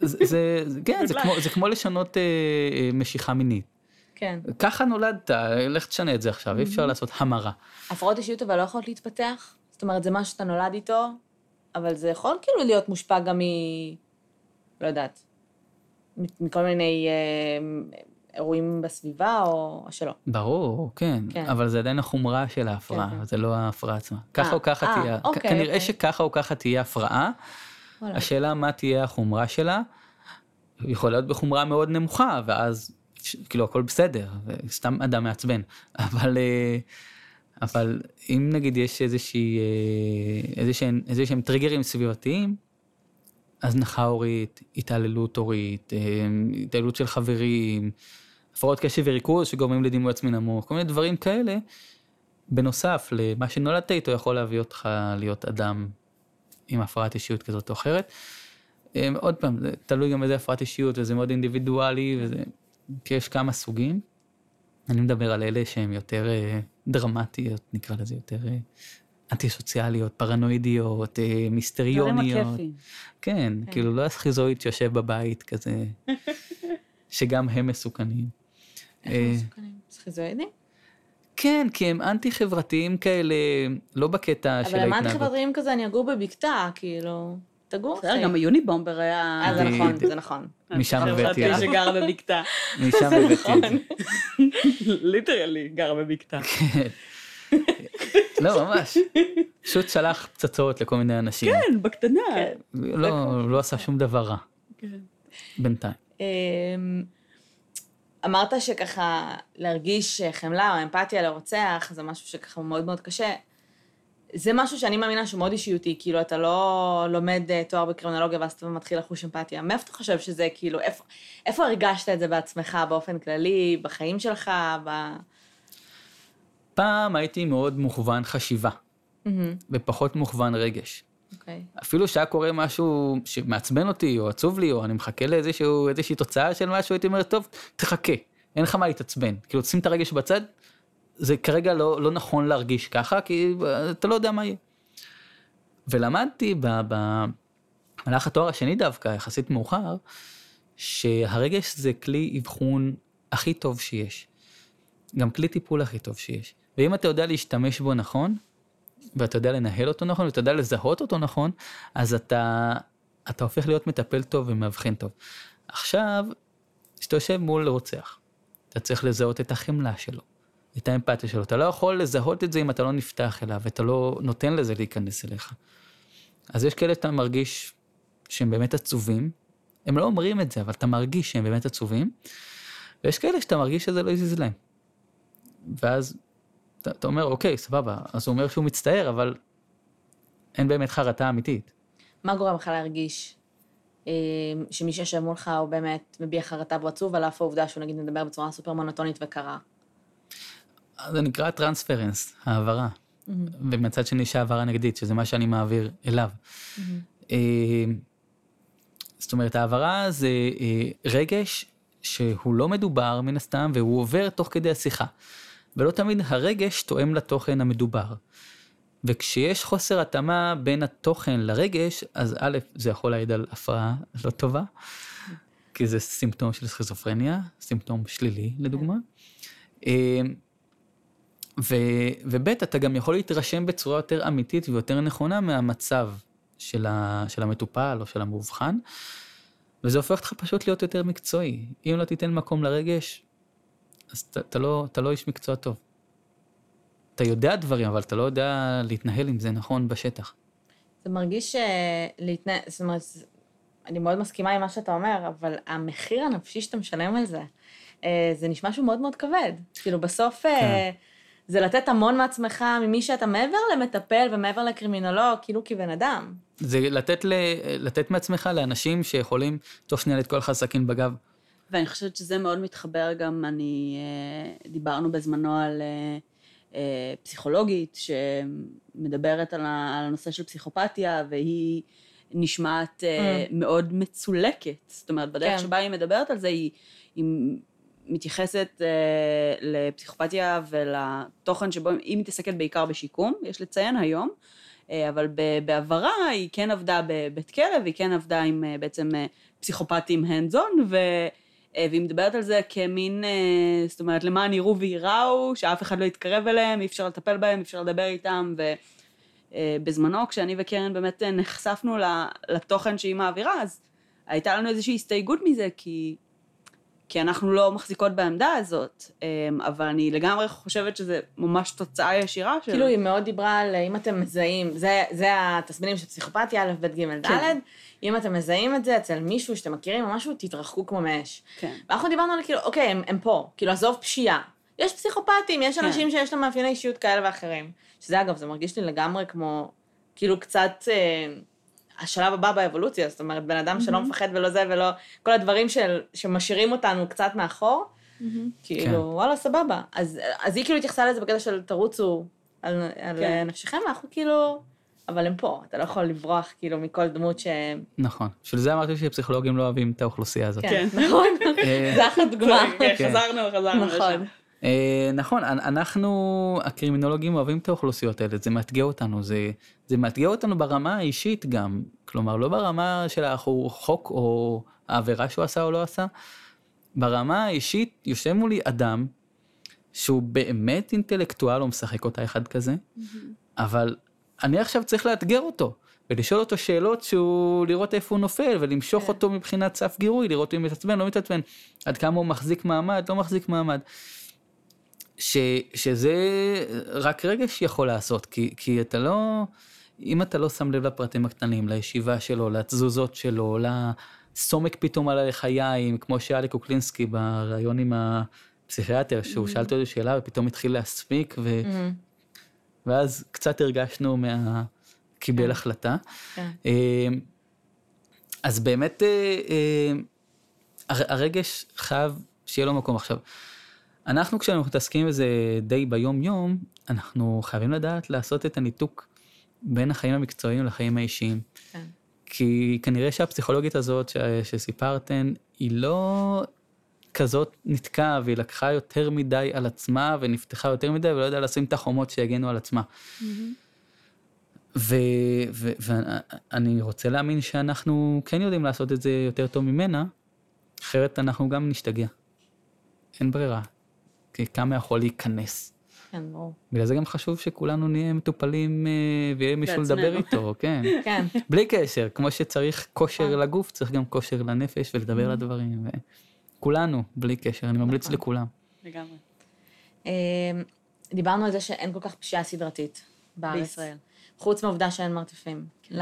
זה כמו לשנות משיכה מינית. כן. ככה נולדת, לך תשנה את זה עכשיו, אי אפשר לעשות המרה. הפרעות אישיות אבל לא יכולות להתפתח? זאת אומרת, זה משהו שאתה נולד איתו, אבל זה יכול כאילו להיות מושפע גם לא יודעת, מכל מיני אירועים בסביבה או שלא. ברור, כן. אבל זה עדיין החומרה של ההפרעה, זה לא ההפרעה עצמה. ככה או ככה תהיה, כנראה שככה או ככה תהיה הפרעה. השאלה מה תהיה החומרה שלה, יכול להיות בחומרה מאוד נמוכה, ואז כאילו הכל בסדר, סתם אדם מעצבן. אבל אם נגיד יש איזשהם טריגרים סביבתיים, הזנחה הורית, התעללות הורית, התעללות של חברים, הפרעות קשב וריכוז שגורמים לדימוי עצמי נמוך, כל מיני דברים כאלה, בנוסף למה שנולדת איתו יכול להביא אותך להיות אדם עם הפרעת אישיות כזאת או אחרת. עוד פעם, זה תלוי גם איזה הפרעת אישיות, וזה מאוד אינדיבידואלי, כי יש כמה סוגים. אני מדבר על אלה שהן יותר דרמטיות, נקרא לזה יותר אנטי-סוציאליות, פרנואידיות, מיסטריוניות. דברים הכיפים. כן, כאילו לא הסכיזואיד שיושב בבית כזה, שגם הם מסוכנים. איך הם מסוכנים? סכיזואידים? כן, כי הם אנטי-חברתיים כאלה, לא בקטע של ההתנהגות. אבל הם אנטי-חברתיים כזה, אני אגור בבקתה, כאילו, תגור חיים. גם היוניבומבר היה... זה נכון, זה נכון. משם הבאתי את זה. שגר בבקתה. משם הבאתי את זה. ליטרלי גר בבקתה. כן. לא, ממש. פשוט שלח פצצות לכל מיני אנשים. כן, בקטנה. לא עשה שום דבר רע. בינתיים. אמרת שככה להרגיש חמלה או אמפתיה לרוצח, זה משהו שככה מאוד מאוד קשה. זה משהו שאני מאמינה שהוא מאוד אישיותי, כאילו אתה לא לומד תואר בקרימינולוגיה ואז אתה מתחיל לחוש אמפתיה. מאיפה אתה חושב שזה כאילו, איפה הרגשת את זה בעצמך באופן כללי, בחיים שלך, פעם הייתי מאוד מוכוון חשיבה, ופחות מוכוון רגש. אפילו שהיה קורה משהו שמעצבן אותי, או עצוב לי, או אני מחכה לאיזושהי תוצאה של משהו, הייתי אומר, טוב, תחכה, אין לך מה להתעצבן. כאילו, שים את הרגש בצד, זה כרגע לא נכון להרגיש ככה, כי אתה לא יודע מה יהיה. ולמדתי במהלך התואר השני דווקא, יחסית מאוחר, שהרגש זה כלי אבחון הכי טוב שיש. גם כלי טיפול הכי טוב שיש. ואם אתה יודע להשתמש בו נכון, ואתה יודע לנהל אותו נכון, ואתה יודע לזהות אותו נכון, אז אתה הופך להיות מטפל טוב ומאבחן טוב. עכשיו, כשאתה יושב מול רוצח, אתה צריך לזהות את החמלה שלו, את האמפתיה שלו. אתה לא יכול לזהות את זה אם אתה לא נפתח אליו, ואתה לא נותן לזה להיכנס אליך. אז יש כאלה שאתה מרגיש שהם באמת עצובים, הם לא אומרים את זה, אבל אתה מרגיש שהם באמת עצובים, ויש כאלה שאתה מרגיש שזה לא יזיז להם. ואז אתה אומר, אוקיי, סבבה, אז הוא אומר שהוא מצטער, אבל אין באמת חרטה אמיתית. מה גורם לך להרגיש שמי שישב מולך הוא באמת מביע חרטה והוא עצוב, על אף העובדה שהוא נגיד מדבר בצורה סופר מונוטונית וקרה? זה נקרא טרנספרנס, העברה. ומצד שני שהעברה נגדית, שזה מה שאני מעביר אליו. זאת אומרת, העברה זה רגש שהוא לא מדובר מן הסתם, והוא עובר תוך כדי השיחה. ולא תמיד הרגש תואם לתוכן המדובר. וכשיש חוסר התאמה בין התוכן לרגש, אז א', זה יכול להעיד על הפרעה לא טובה, כי זה סימפטום של סכיזופרניה, סימפטום שלילי לדוגמה. וב', אתה גם יכול להתרשם בצורה יותר אמיתית ויותר נכונה מהמצב של המטופל או של המאובחן, וזה הופך אותך פשוט להיות יותר מקצועי. אם לא תיתן מקום לרגש, אז אתה לא איש מקצוע טוב. אתה יודע דברים, אבל אתה לא יודע להתנהל עם זה נכון בשטח. זה מרגיש זאת אומרת, אני מאוד מסכימה עם מה שאתה אומר, אבל המחיר הנפשי שאתה משלם על זה, זה נשמע שהוא מאוד מאוד כבד. כאילו בסוף זה לתת המון מעצמך ממי שאתה מעבר למטפל ומעבר לקרימינולוג, כאילו כבן אדם. זה לתת מעצמך לאנשים שיכולים תוך שנייה לתקוע לך סכין בגב. ואני חושבת שזה מאוד מתחבר גם, דיברנו בזמנו על פסיכולוגית שמדברת על הנושא של פסיכופתיה, והיא נשמעת מאוד מצולקת. זאת אומרת, בדרך שבה היא מדברת על זה, היא מתייחסת לפסיכופתיה ולתוכן שבו היא מתעסקת בעיקר בשיקום, יש לציין היום, אבל בעברה היא כן עבדה בבית כלא, והיא כן עבדה עם בעצם פסיכופטים הנדזון, והיא מדברת על זה כמין, זאת אומרת, למען יראו ויראו, שאף אחד לא יתקרב אליהם, אי אפשר לטפל בהם, אי אפשר לדבר איתם, ובזמנו, כשאני וקרן באמת נחשפנו לתוכן שהיא מעבירה, אז הייתה לנו איזושהי הסתייגות מזה, כי אנחנו לא מחזיקות בעמדה הזאת, אבל אני לגמרי חושבת שזה ממש תוצאה ישירה של... כאילו היא מאוד דיברה על אם אתם מזהים, זה התסמינים של פסיכופתיה, א', ב', ג', ד', אם אתם מזהים את זה אצל מישהו שאתם מכירים או משהו, תתרחקו כמו מאש. כן. ואנחנו דיברנו על כאילו, אוקיי, הם פה, כאילו עזוב פשיעה. יש פסיכופטים, יש אנשים שיש להם מאפייני אישיות כאלה ואחרים. שזה אגב, זה מרגיש לי לגמרי כמו, כאילו קצת... השלב הבא באבולוציה, זאת אומרת, בן אדם שלא מפחד ולא זה ולא, כל הדברים שמשאירים אותנו קצת מאחור, כאילו, וואלה, סבבה. אז היא כאילו התייחסה לזה בקטע של תרוצו על נפשכם, ואנחנו כאילו, אבל הם פה, אתה לא יכול לברוח כאילו מכל דמות ש... נכון, של זה אמרתי שפסיכולוגים לא אוהבים את האוכלוסייה הזאת. כן, נכון, זה אחת דוגמה. חזרנו לשם. נכון, אנחנו, הקרימינולוגים אוהבים את האוכלוסיות האלה, זה מאתגר אותנו, זה מאתגר אותנו ברמה האישית גם, כלומר, לא ברמה של החוק או העבירה שהוא עשה או לא עשה, ברמה האישית יושב מולי אדם שהוא באמת אינטלקטואל, הוא משחק אותה אחד כזה, אבל אני עכשיו צריך לאתגר אותו, ולשאול אותו שאלות שהוא לראות איפה הוא נופל, ולמשוך אותו מבחינת סף גירוי, לראות אם מתעצבן, לא מתעצבן, עד כמה הוא מחזיק מעמד, לא מחזיק מעמד. שזה רק רגש יכול לעשות, כי אתה לא, אם אתה לא שם לב לפרטים הקטנים, לישיבה שלו, לתזוזות שלו, לסומק פתאום על הלחיים, כמו שאלק אוקלינסקי ברעיון עם הפסיכיאטר, שהוא שאל אותו שאלה ופתאום התחיל להספיק, ואז קצת הרגשנו קיבל החלטה. אז באמת, הרגש חייב שיהיה לו מקום עכשיו. אנחנו כשאנחנו מתעסקים בזה די ביום יום, אנחנו חייבים לדעת לעשות את הניתוק בין החיים המקצועיים לחיים האישיים. כן. כי כנראה שהפסיכולוגית הזאת שסיפרתן, היא לא כזאת נתקעה, והיא לקחה יותר מדי על עצמה, ונפתחה יותר מדי, ולא יודע לשים את החומות שיגנו על עצמה. ואני רוצה להאמין שאנחנו כן יודעים לעשות את זה יותר טוב ממנה, אחרת אנחנו גם נשתגע. אין ברירה. כי כמה יכול להיכנס. כן, ברור. בגלל זה גם חשוב שכולנו נהיה מטופלים ויהיה מישהו לדבר איתו, כן. כן. בלי קשר, כמו שצריך כושר לגוף, צריך גם כושר לנפש ולדבר על הדברים. כולנו, בלי קשר, אני ממליץ לכולם. לגמרי. דיברנו על זה שאין כל כך פשיעה סדרתית בישראל. חוץ מהעובדה שאין מרתפים.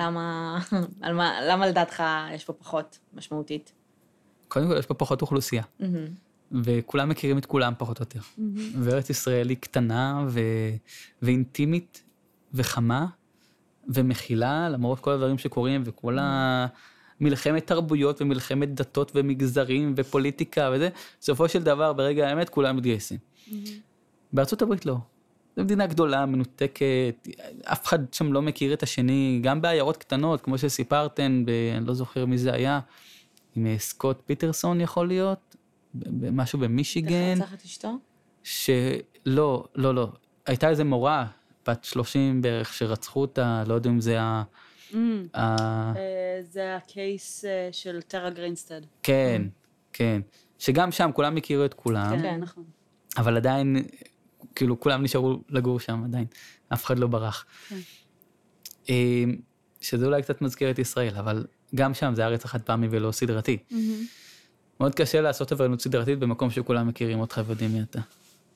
למה לדעתך יש פה פחות משמעותית? קודם כל, יש פה פחות אוכלוסייה. וכולם מכירים את כולם פחות או יותר. וארץ ישראל היא קטנה ואינטימית וחמה ומכילה, למרות כל הדברים שקורים וכל המלחמת תרבויות ומלחמת דתות ומגזרים ופוליטיקה וזה, בסופו של דבר ברגע האמת כולם מתגייסים. בארצות הברית לא. זו מדינה גדולה, מנותקת, אף אחד שם לא מכיר את השני, גם בעיירות קטנות, כמו שסיפרתן, אני לא זוכר מי זה היה, עם סקוט פיטרסון יכול להיות, משהו במישיגן. תרצח את אשתו? שלא, לא. הייתה איזו מורה, בת 30 בערך, שרצחו אותה, לא יודע אם זה זה הקייס של טרה גרינסטד. כן. שגם שם כולם מכירו את כולם. כן, נכון. אבל עדיין, כאילו, כולם נשארו לגור שם עדיין. אף אחד לא ברח. שזה אולי קצת מזכיר את ישראל, אבל גם שם זה ארץ אחד פעמי ולא סדרתי. מאוד קשה לעשות עבריינות סדרתית במקום שכולם מכירים אותך ויודעים מי אתה.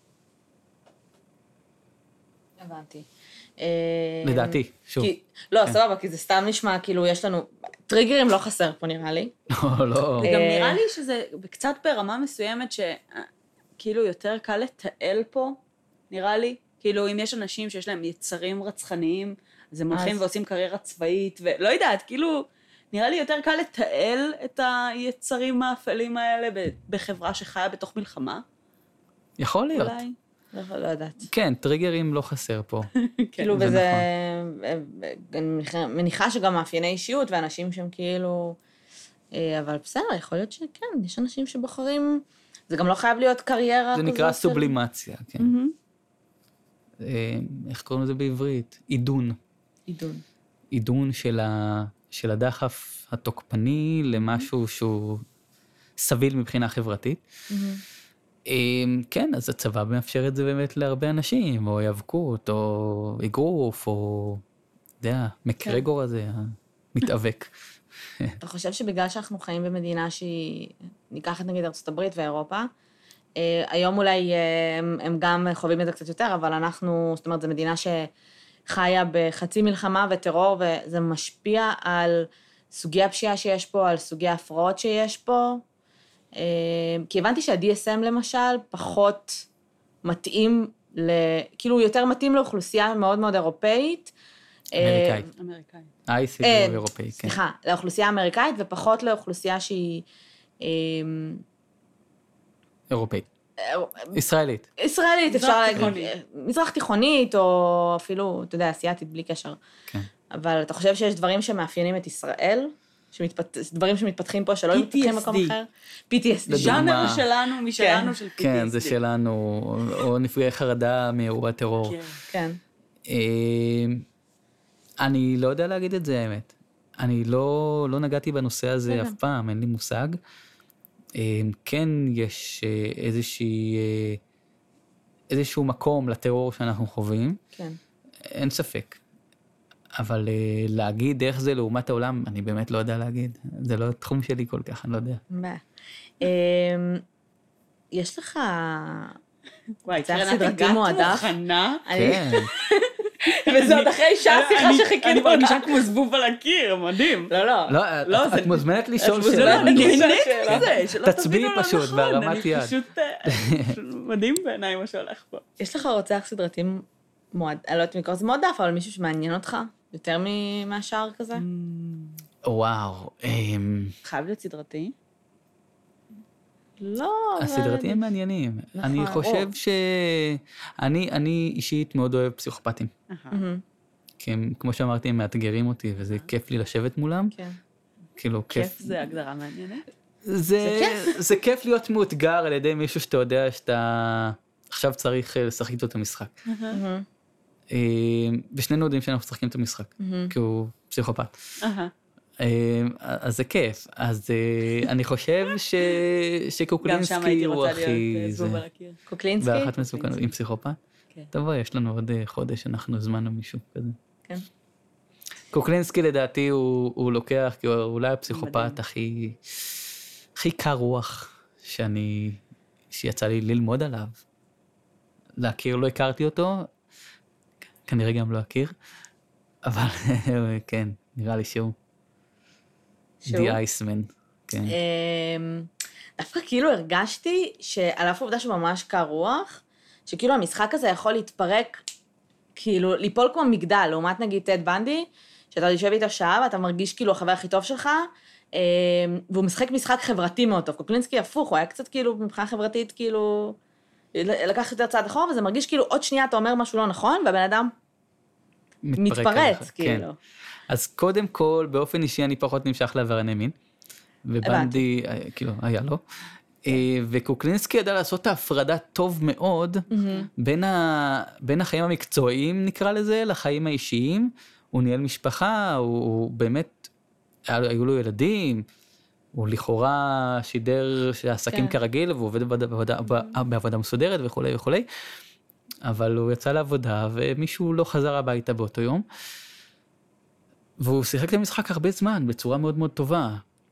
הבנתי. לדעתי, שוב. לא, סבבה, כי זה סתם נשמע, כאילו, יש לנו... טריגרים לא חסר פה, נראה לי. לא. זה גם נראה לי שזה קצת ברמה מסוימת שכאילו יותר קל לתעל פה, נראה לי. כאילו, אם יש אנשים שיש להם יצרים רצחניים, אז הם הולכים ועושים קריירה צבאית, ולא יודעת, כאילו, נראה לי יותר קל לתעל את היצרים האפלים האלה בחברה שחיה בתוך מלחמה. יכול להיות. אולי. לא יודעת. כן, טריגרים לא חסר פה. כאילו, זה וזה... אני מניחה שגם מאפייני אישיות, ואנשים שהם כאילו... אבל בסדר, יכול להיות שכן, יש אנשים שבוחרים... זה גם לא חייב להיות קריירה זה כזאת. נקרא סובלימציה, כן. איך קוראים לזה בעברית? עידון. עידון של הדחף התוקפני למשהו שהוא סביל מבחינה חברתית. כן, אז הצבא מאפשר את זה באמת להרבה אנשים, או היאבקות, או אגרוף, או, יודע, מקרגור הזה, המתאבק. אתה חושב שבגלל שאנחנו חיים במדינה שהיא, ניקח את נגיד ארצות הברית ואירופה, היום אולי הם גם חווים את זה קצת יותר, אבל אנחנו, זאת אומרת, זו מדינה שחיה בחצי מלחמה וטרור, וזה משפיע על סוגי הפשיעה שיש פה, על סוגי ההפרעות שיש פה, כי הבנתי שה-DSM למשל פחות מתאים, כאילו יותר מתאים לאוכלוסייה מאוד מאוד אירופאית. אמריקאית. ICD הוא אירופאי, כן. סליחה, לאוכלוסייה האמריקאית ופחות לאוכלוסייה שהיא... אירופאית. ישראלית. ישראלית, אפשר להגיד. מזרח תיכונית, או אפילו, אתה יודע, אסיאתית בלי קשר. כן. אבל אתה חושב שיש דברים שמאפיינים את ישראל? דברים שמתפתחים פה שלא מתפתחים במקום אחר? PTSD. ז'אנר שלנו, משלנו של PTSD. כן, זה שלנו, או נפגעי חרדה מאירוע טרור. כן. אני לא יודע להגיד את זה, האמת. אני לא נגעתי בנושא הזה אף פעם, אין לי מושג. כן, יש איזשהו מקום לטרור שאנחנו חווים. כן. אין ספק. אבל להגיד איך זה לעומת העולם, אני באמת לא יודע להגיד. זה לא תחום שלי כל כך, אני לא יודע. יש לך... וואי, סדרתי מועדף? כן. וזה עוד אחרי שעה שיחה שחיכינו. אני מרגישה כמו זבוב על הקיר, מדהים. לא, את מוזמנת לשאול שאלה. תצביעי פשוט בהרמת יד. פשוט מדהים בעיניי מה שהולך פה. יש לך רוצח סדרתי מועדף, אני לא יודעת מקור, זה מועדף, אבל מישהו שמעניין אותך יותר מהשאר כזה? וואו. חייב להיות סדרתי? לא, הסדרתיים מעניינים. אני חושב אני אישית מאוד אוהב פסיכופטים. כי כמו שאמרתי, הם מאתגרים אותי, וזה כיף לי לשבת מולם. כן. כאילו, כיף זה הגדרה מעניינת. זה כיף להיות מאותגר על ידי מישהו שאתה יודע שאתה עכשיו צריך לשחק איתו את המשחק. ושנינו יודעים שאנחנו משחקים את המשחק, כי הוא פסיכופט. אז זה כיף. אז אני חושב שקוקלינסקי הוא הכי... קוקלינסקי? ואחת מסוכנות עם פסיכופט. טוב, יש לנו עוד חודש, אנחנו הזמנו מישהו כזה. כן. קוקלינסקי לדעתי הוא לוקח, כי הוא אולי הפסיכופט הכי קר רוח שיצא לי ללמוד עליו. להכיר, לא הכרתי אותו, כנראה גם לא הכיר, אבל כן, נראה לי שהוא. The Iceman, כן. דווקא כאילו הרגשתי שעל אף העובדה שהוא ממש קר רוח, שכאילו המשחק הזה יכול להתפרק, כאילו ליפול כמו מגדל, לעומת נגיד טד בנדי, שאתה יושב איתו שעה ואתה מרגיש כאילו החבר הכי טוב שלך, והוא משחק משחק חברתי מאוד טוב. קוקלינסקי הפוך, הוא היה קצת כאילו מבחינה חברתית, כאילו, לקח יותר צעד אחורה, וזה מרגיש כאילו עוד שנייה אתה אומר משהו לא נכון, והבן אדם מתפרץ, כאילו. כן. אז קודם כל, באופן אישי אני פחות נמשך לעברייני מין, ובנדי, כאילו, היה לו. וקוקלינסקי ידע לעשות את ההפרדה טוב מאוד, בין החיים המקצועיים, נקרא לזה, לחיים האישיים. הוא ניהל משפחה, הוא באמת, היו לו ילדים, הוא לכאורה שידר עסקים כרגיל, והוא עובד בעבודה מסודרת וכו' וכו'. אבל הוא יצא לעבודה, ומישהו לא חזר הביתה באותו יום. והוא שיחק את המשחק הרבה זמן, בצורה מאוד מאוד טובה.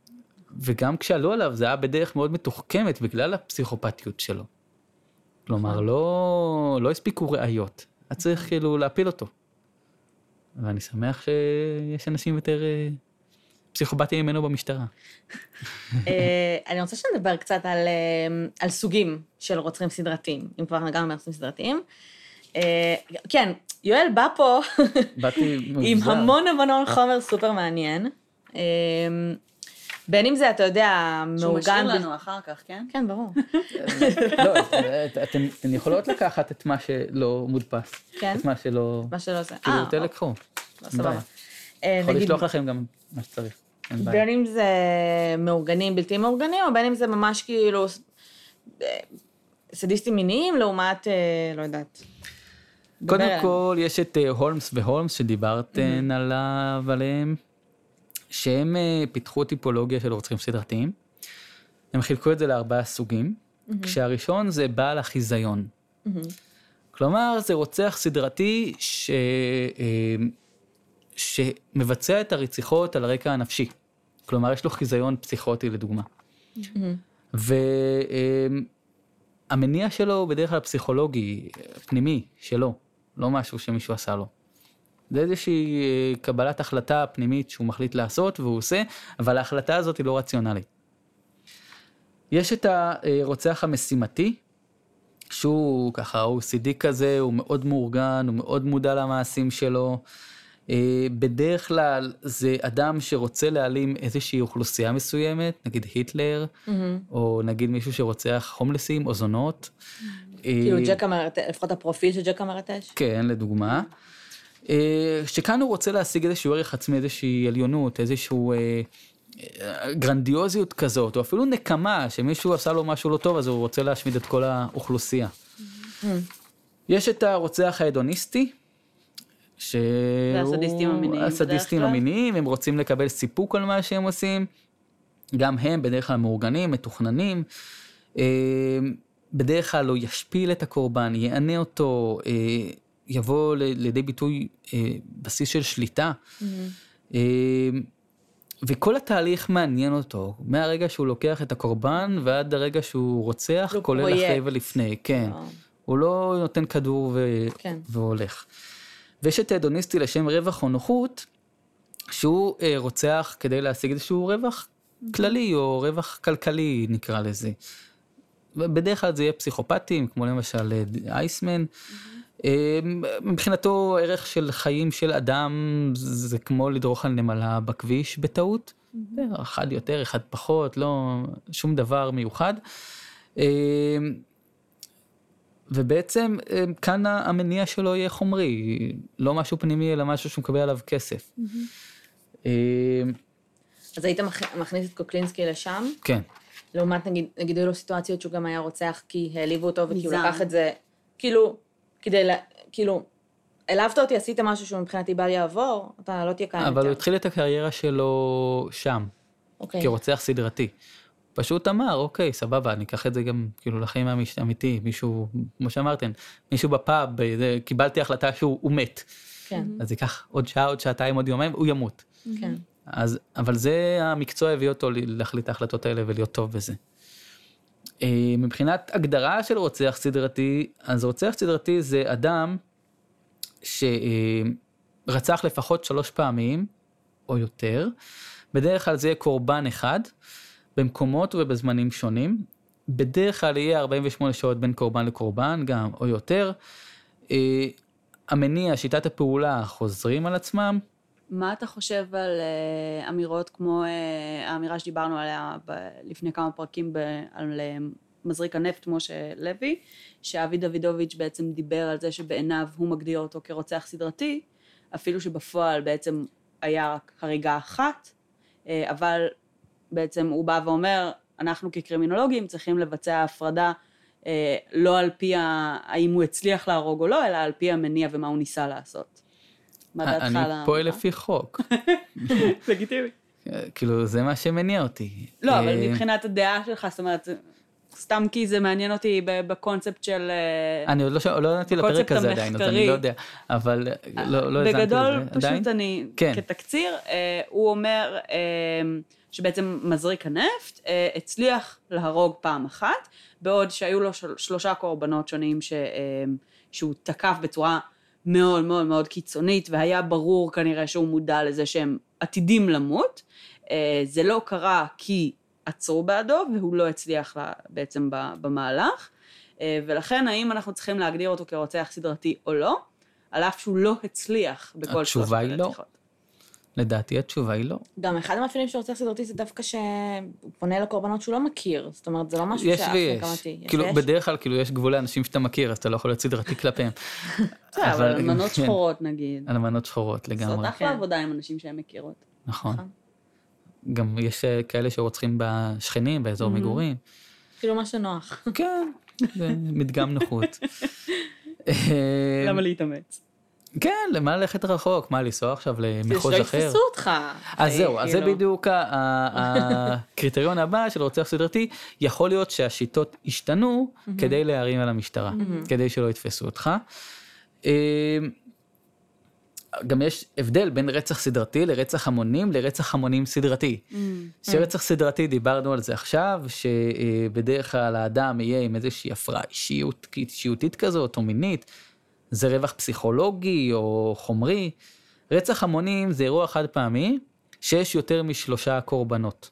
וגם כשעלו עליו זה היה בדרך מאוד מתוחכמת בגלל הפסיכופתיות שלו. כלומר, לא הספיקו ראיות. היה צריך כאילו להפיל אותו. ואני שמח שיש אנשים יותר פסיכופתיים ממנו במשטרה. אני רוצה שנדבר קצת על סוגים של רוצחים סדרתיים, אם כבר נגענו מרוצחים סדרתיים. כן, יואל בא פה עם המון המון חומר סופר מעניין. בין אם זה, אתה יודע, מאורגן... שהוא משאיר לנו אחר כך, כן? כן, ברור. לא, אתן יכולות לקחת את מה שלא מודפס. כן? את מה שלא... מה שלא זה. כאילו, תלקחו. סבבה. יכול לשלוח לכם גם מה שצריך. בין אם זה מאורגנים, בלתי מאורגנים, או בין אם זה ממש כאילו סדיסטים מיניים, לעומת, לא יודעת. קודם כל, יש את הולמס והולמס שדיברתן עליהם, שהם פיתחו טיפולוגיה של רוצחים סדרתיים. הם חילקו את זה ל4 סוגים, כשהראשון זה בעל החיזיון. כלומר, זה רוצח סדרתי שמבצע את הרציחות על הרקע הנפשי. כלומר, יש לו חיזיון פסיכוטי לדוגמה. והמניע שלו הוא בדרך כלל פסיכולוגי, פנימי שלו, לא משהו שמישהו עשה לו. זה איזושהי קבלת החלטה פנימית שהוא מחליט לעשות והוא עושה, אבל ההחלטה הזאת היא לא רציונלית. יש את הרוצח המשימתי, שהוא ככה OCD כזה, הוא מאוד מאורגן, הוא מאוד מודע למעשים שלו. בדרך כלל זה אדם שרוצה להעלים איזושהי אוכלוסייה מסוימת, נגיד היטלר, או נגיד מישהו שרוצח הומלסים או זונות. כאילו ג'ק המרטש, לפחות הפרופיל של ג'ק המרטש? כן, לדוגמה. שכאן הוא רוצה להשיג איזשהו ערך עצמי, איזושהי עליונות, איזשהו גרנדיוזיות כזאת, או אפילו נקמה, שמישהו עשה לו משהו לא טוב, אז הוא רוצה להשמיד את כל האוכלוסייה. יש את הרוצח ההדוניסטי, זה הסדיסטים המיניים. הסדיסטים המיניים, הם רוצים לקבל סיפוק על מה שהם עושים, גם הם בדרך כלל מאורגנים, מתוכננים, בדרך כלל הוא ישפיל את הקורבן, יענה אותו, יבוא לידי ביטוי בסיס של שליטה, וכל התהליך מעניין אותו, מהרגע שהוא לוקח את הקורבן ועד הרגע שהוא רוצח, כולל אחרי ולפני, כן. הוא לא נותן כדור והולך. ויש את ההדוניסטי לשם רווח או נוחות, שהוא רוצח כדי להשיג איזשהו רווח כללי, או רווח כלכלי נקרא לזה. בדרך כלל זה יהיה פסיכופטים, כמו למשל אייסמן. מבחינתו ערך של חיים של אדם, זה כמו לדרוך על נמלה בכביש בטעות. אחד יותר, אחד פחות, לא שום דבר מיוחד. ובעצם כאן המניע שלו יהיה חומרי, לא משהו פנימי, אלא משהו שמקבל עליו כסף. אז היית מכניס את קוקלינסקי לשם? כן. לעומת נגיד היו לו סיטואציות שהוא גם היה רוצח כי העליבו אותו וכי הוא לקח את זה, כאילו, כאילו, העלבת אותי, עשית משהו שהוא מבחינתי בל יעבור, אתה לא תהיה קיים יותר. אבל הוא התחיל את הקריירה שלו שם, כרוצח סדרתי. פשוט אמר, אוקיי, סבבה, אני אקח את זה גם, כאילו, לחיים האמיתי, מישהו, כמו שאמרתם, מישהו בפאב, קיבלתי החלטה שהוא מת. כן. אז ייקח עוד שעה, עוד שעתיים, עוד יומיים, הוא ימות. כן. אבל זה המקצוע הביא אותו להחליט את ההחלטות האלה ולהיות טוב בזה. מבחינת הגדרה של רוצח סדרתי, אז רוצח סדרתי זה אדם שרצח לפחות 3 פעמים, או יותר. בדרך כלל זה יהיה קורבן אחד, במקומות ובזמנים שונים. בדרך כלל יהיה 48 שעות בין קורבן לקורבן, גם או יותר. המניע, שיטת הפעולה, חוזרים על עצמם. מה אתה חושב על אמירות כמו האמירה שדיברנו עליה לפני כמה פרקים על מזריק הנפט משה לוי, שאבי דוידוביץ' בעצם דיבר על זה שבעיניו הוא מגדיר אותו כרוצח סדרתי, אפילו שבפועל בעצם היה רק הריגה אחת, אבל בעצם הוא בא ואומר, אנחנו כקרימינולוגים צריכים לבצע הפרדה, לא על פי האם הוא הצליח להרוג או לא, אלא על פי המניע ומה הוא ניסה לעשות. אני פועל לפי חוק. לגיטימי. כאילו, זה מה שמניע אותי. לא, אבל מבחינת הדעה שלך, זאת אומרת, סתם כי זה מעניין אותי בקונספט של... אני עוד לא נתתי לפרק הזה עדיין, אז אני לא יודע, אבל לא הזנתי בגדול, את זה עדיין. פשוט אני, כן. כתקציר, הוא אומר שבעצם מזריק הנפט הצליח להרוג פעם אחת, בעוד שהיו לו 3 קורבנות שונים שהוא תקף בצורה מאוד מאוד מאוד קיצונית, והיה ברור כנראה שהוא מודע לזה שהם עתידים למות. זה לא קרה כי עצרו בעדו, והוא לא הצליח בעצם במהלך, ולכן האם אנחנו צריכים להגדיר אותו כרוצח סדרתי או לא, על אף שהוא לא הצליח בכל 3 הרציחות. לדעתי התשובה היא לא. גם אחד המאפיינים של רוצח סדרתי זה דווקא שהוא פונה לקורבנות שהוא לא מכיר, זאת אומרת, זה לא משהו יש שאף ויש. נקמתי. כאילו, בדרך כלל, כאילו, יש גבול לאנשים שאתה מכיר, אז אתה לא יכול להיות סדרתי כלפיהם. אבל אלמנות שחורות נגיד. אלמנות שחורות לגמרי. זאת אחלה עבודה עם אנשים שהן מכירות. נכון. גם יש כאלה שרוצחים בשכנים, באזור מגורים. כאילו מה שנוח. כן, זה מדגם נוחות. למה להתאמץ? כן, למה ללכת רחוק? מה, לנסוע עכשיו למחוז אחר? שלא יתפסו אותך. אז זהו, אז זה בדיוק הקריטריון הבא של רוצח סדרתי. יכול להיות שהשיטות השתנו כדי להרים על המשטרה, כדי שלא יתפסו אותך. גם יש הבדל בין רצח סדרתי לרצח המונים לרצח המונים סדרתי. שרצח סדרתי, דיברנו על זה עכשיו, שבדרך כלל האדם יהיה עם איזושהי הפרעה אישיותית כזאת או מינית, זה רווח פסיכולוגי או חומרי. רצח המונים זה אירוע חד פעמי, שיש יותר מ3 קורבנות.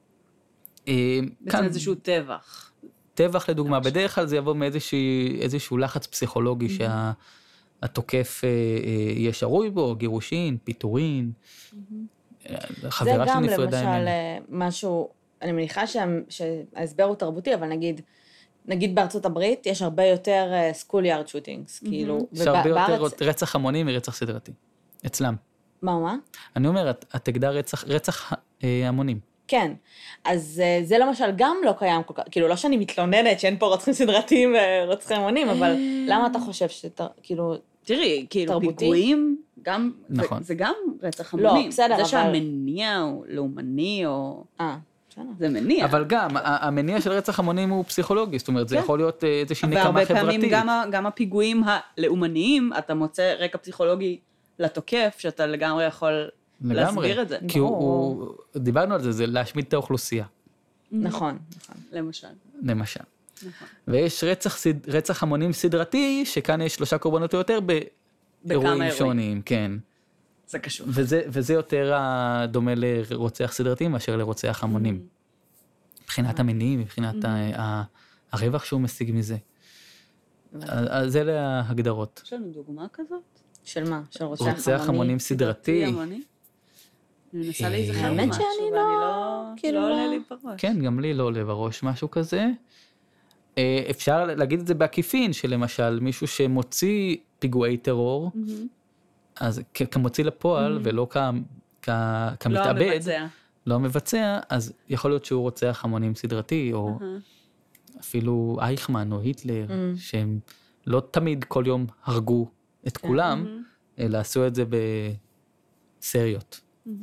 בעצם איזשהו טבח. טבח לדוגמה, בדרך כלל זה יבוא מאיזשהו לחץ פסיכולוגי שהתוקף יהיה שרוי בו, גירושין, פיטורין, חברה שנפרדה ממנו. זה גם למשל משהו, אני מניחה שההסבר הוא תרבותי, אבל נגיד בארצות הברית יש הרבה יותר school yard shootings, כאילו, יש הרבה יותר רצח המוני מרצח סדרתי, אצלם. מה? אני אומר, את תגדר רצח המונים. כן, אז זה למשל גם לא קיים כל כך, כאילו לא שאני מתלוננת שאין פה רוצחים סדרתיים ורוצחים המונים, אבל למה אתה חושב כאילו, תראי, כאילו תרבותי? פיגועים, גם, נכון. זה גם רצח המונים. לא, בסדר, זה אבל... שהמניע הוא לאומני או... בסדר. זה מניע. אבל גם, המניע של רצח המונים הוא פסיכולוגי, זאת אומרת, זה יכול להיות איזושהי נקמה חברתית. והרבה פעמים גם הפיגועים הלאומניים, אתה מוצא רקע פסיכולוגי לתוקף, שאתה לגמרי יכול להסביר את זה. כי דיברנו על זה, זה להשמיד את האוכלוסייה. נכון. למשל. ויש רצח המונים סדרתי, שכאן יש 3 קורבנות או יותר באירועים שונים, כן. זה קשור. וזה יותר דומה לרוצח סדרתי מאשר לרוצח המונים. מבחינת המניעים, מבחינת הרווח שהוא משיג מזה. אז אלה ההגדרות. יש לנו דוגמה כזאת? של מה? של רוצח המונים סדרתי. אני מנסה להיזכר האמת במשהו, שאני ואני לא עולה לי בראש. כן, גם לי לא עולה בראש משהו כזה. אפשר להגיד את זה בעקיפין, שלמשל מישהו שמוציא פיגועי טרור, אז כמוציא לפועל ולא כמתאבד, לא מבצע, אז יכול להיות שהוא רוצח המונים סדרתי, או אפילו אייכמן או היטלר, שהם לא תמיד כל יום הרגו את כולם, אלא עשו את זה בסריות.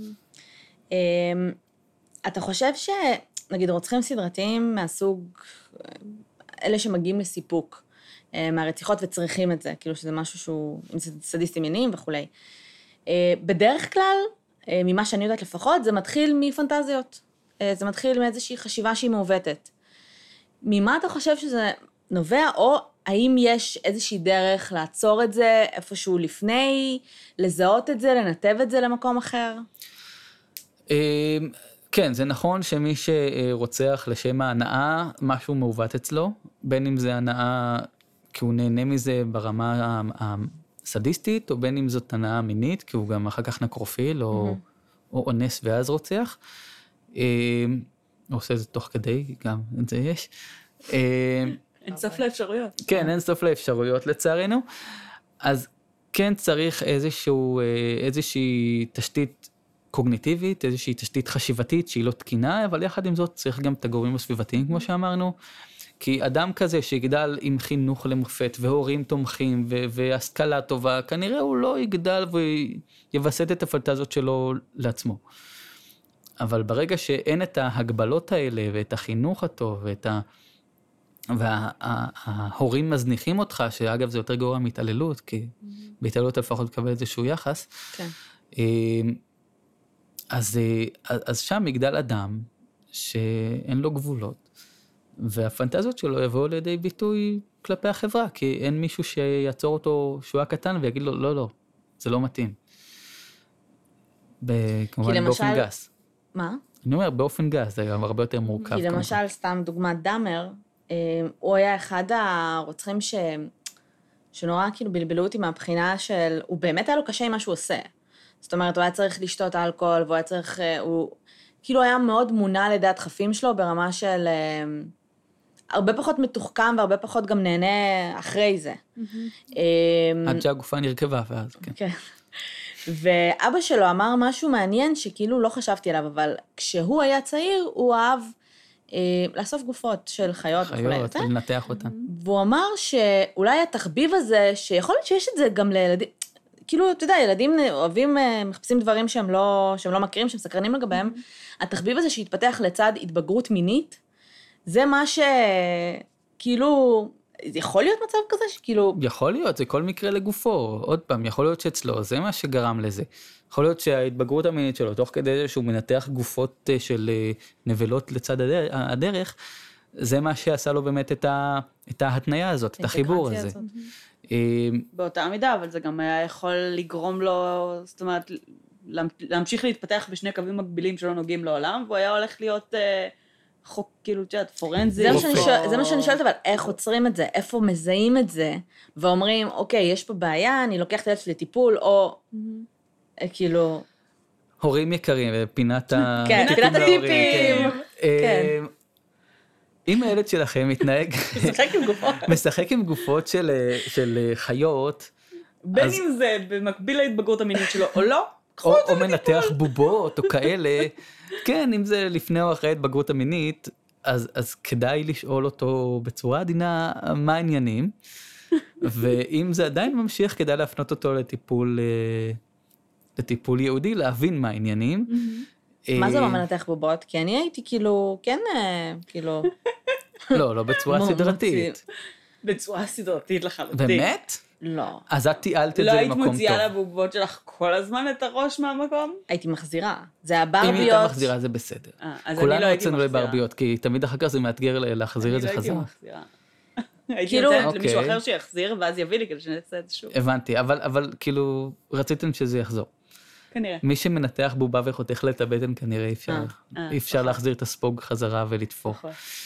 אתה חושב שנגיד רוצחים סדרתיים מהסוג, אלה שמגיעים לסיפוק מהרציחות וצריכים את זה, כאילו שזה משהו שהוא סדיסטים מיניים וכולי. בדרך כלל, ממה שאני יודעת לפחות, זה מתחיל מפנטזיות. זה מתחיל מאיזושהי חשיבה שהיא מעוותת. ממה אתה חושב שזה נובע, או האם יש איזושהי דרך לעצור את זה איפשהו לפני, לזהות את זה, לנתב את זה למקום אחר? כן, זה נכון שמי שרוצח לשם ההנאה, משהו מעוות אצלו, בין אם זה הנאה כי הוא נהנה מזה ברמה הסדיסטית, או בין אם זאת הנאה מינית, כי הוא גם אחר כך נקרופיל, או אונס ואז רוצח. הוא עושה את זה תוך כדי, גם את זה יש. אין סוף לאפשרויות. כן, אין סוף לאפשרויות לצערנו. אז כן צריך איזושהי תשתית קוגניטיבית, איזושהי תשתית חשיבתית שהיא לא תקינה, אבל יחד עם זאת צריך גם את הגורמים הסביבתיים, כמו שאמרנו, כי אדם כזה שיגדל עם חינוך למופת, והורים תומכים, והשכלה טובה, כנראה הוא לא יגדל ויווסת את הפנטזיות שלו לעצמו. אבל ברגע שאין את ההגבלות האלה, ואת החינוך הטוב, ואת וההורים מזניחים אותך, שאגב זה יותר גרוע מהתעללות, כי בהתעללות לפחות תקבל איזשהו יחס, כן. אז שם מגדל אדם שאין לו גבולות, והפנטזיות שלו יבואו לידי ביטוי כלפי החברה, כי אין מישהו שיעצור אותו שהוא היה קטן ויגיד לו, לא, לא, זה לא מתאים. כמובן באופן גס. מה? אני אומר, באופן גס, זה גם הרבה יותר מורכב. כי למשל, סתם דוגמת דאמר, הוא היה אחד הרוצחים שנורא כאילו בלבלו אותי מהבחינה של, הוא באמת היה לו קשה עם מה שהוא עושה. זאת אומרת, הוא היה צריך לשתות אלכוהול, והוא היה צריך, הוא כאילו היה מאוד מונע על ידי הדחפים שלו, ברמה של הרבה פחות מתוחכם, והרבה פחות גם נהנה אחרי זה. עד שהגופה נרכבה, ואז, כן. כן. ואבא שלו אמר משהו מעניין, שכאילו לא חשבתי עליו, אבל כשהוא היה צעיר, הוא אהב לאסוף גופות של חיות וכו'. חיות, לנתח אותן. והוא אמר שאולי התחביב הזה, שיכול להיות שיש את זה גם לילדים, כאילו, אתה יודע, ילדים אוהבים, מחפשים דברים שהם לא מכירים, שהם סקרנים לגביהם. התחביב הזה שהתפתח לצד התבגרות מינית, זה מה כאילו, יכול להיות מצב כזה שכאילו... יכול להיות, זה כל מקרה לגופו. עוד פעם, יכול להיות שאצלו, זה מה שגרם לזה. יכול להיות שההתבגרות המינית שלו, תוך כדי שהוא מנתח גופות של נבלות לצד הדרך, זה מה שעשה לו באמת את ההתניה הזאת, את החיבור הזה. באותה מידה, אבל זה גם היה יכול לגרום לו, זאת אומרת, להמשיך להתפתח בשני קווים מקבילים שלא נוגעים לעולם, והוא היה הולך להיות חוק, כאילו, פורנזי. זה מה שאני שואלת, אבל איך עוצרים את זה? איפה מזהים את זה? ואומרים, אוקיי, יש פה בעיה, אני לוקח את הילד שלי לטיפול, או כאילו... הורים יקרים, פינת כן, פינת הטיפים. כן. אם הילד שלכם מתנהג... משחק עם גופות של חיות... בין אם זה במקביל להתבגרות המינית שלו או לא, או מנתח בובות או כאלה, כן, אם זה לפני או אחרי התבגרות המינית, אז כדאי לשאול אותו בצורה עדינה מה העניינים, ואם זה עדיין ממשיך, כדאי להפנות אותו לטיפול יהודי, להבין מה העניינים. מה זה לא מנתח בובות? כי אני הייתי כאילו, כן, כאילו... לא בצורה סדרתית. בצורה סדרתית לחלוטין. באמת? לא. אז את תיאלת את זה לא למקום טוב. היית מוציאה לבובות שלך כל הזמן את הראש מהמקום? הייתי מחזירה. זה הבarbיות. אם היא הייתה מחזירה זה בסדר. כולנו רצינו מחזירה. לבarbיות, כי תמיד אחר כך זה מאתגר להחזיר את זה חזרה. אני לא הייתי מחזירה. הייתי נותנת למישהו אחר שיחזיר, ואז יביא לי כדי שנעשה את זה שוב. הבנתי, אבל כאילו רציתם שזה יחזור. כנראה. מי שמנתח בובה וחותך לה את הבטן, כנראה אי אפשר להחזיר את הספוג חזרה ולתפוך.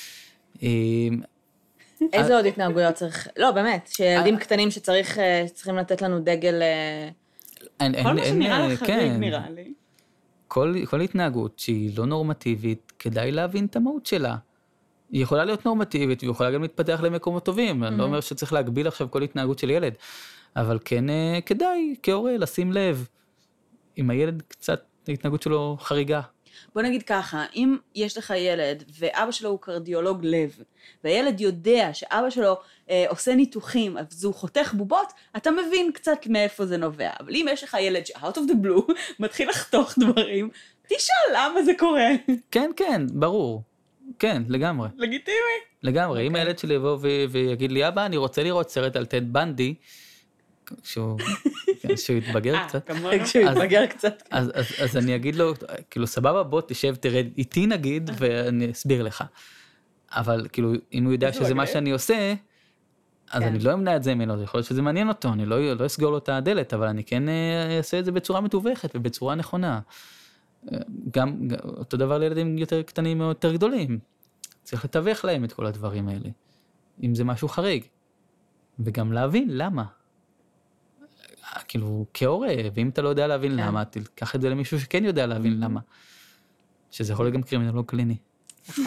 איזה עוד התנהגויות צריך? לא, באמת, שילדים קטנים שצריכים לתת לנו דגל... כל מה שנראה לך חריג נראה לי. כל התנהגות שהיא לא נורמטיבית, כדאי להבין את המהות שלה. היא יכולה להיות נורמטיבית, והיא יכולה גם להתפתח למקומות טובים. אני לא אומר שצריך להגביל עכשיו כל התנהגות של ילד, אבל כן כדאי כהורה לשים לב, אם הילד קצת ההתנהגות שלו חריגה. בוא נגיד ככה, אם יש לך ילד ואבא שלו הוא קרדיולוג לב, והילד יודע שאבא שלו עושה ניתוחים, אז הוא חותך בובות, אתה מבין קצת מאיפה זה נובע. אבל אם יש לך ילד ש-out of the blue מתחיל לחתוך דברים, תשאל למה זה קורה. כן, כן, ברור. כן, לגמרי. לגיטימי. לגמרי. אם הילד שלי יבוא ויגיד לי, אבא, אני רוצה לראות סרט על טד בנדי, כשהוא יתבגר קצת. כשהוא יתבגר קצת. אז אני אגיד לו, כאילו, סבבה, בוא תשב, תרד איתי נגיד, ואני אסביר לך. אבל כאילו, אם הוא יודע שזה מה שאני עושה, אז אני לא אמנע את זה ממנו, יכול להיות שזה מעניין אותו, אני לא אסגור לו את הדלת, אבל אני כן אעשה את זה בצורה מתווכת ובצורה נכונה. גם אותו דבר לילדים יותר קטנים או יותר גדולים. צריך לתווך להם את כל הדברים האלה, אם זה משהו חריג. וגם להבין למה. כאילו, כהורה, ואם אתה לא יודע להבין למה, תיקח את זה למישהו שכן יודע להבין למה. שזה יכול להיות גם קרימינולוג קליני. נכון.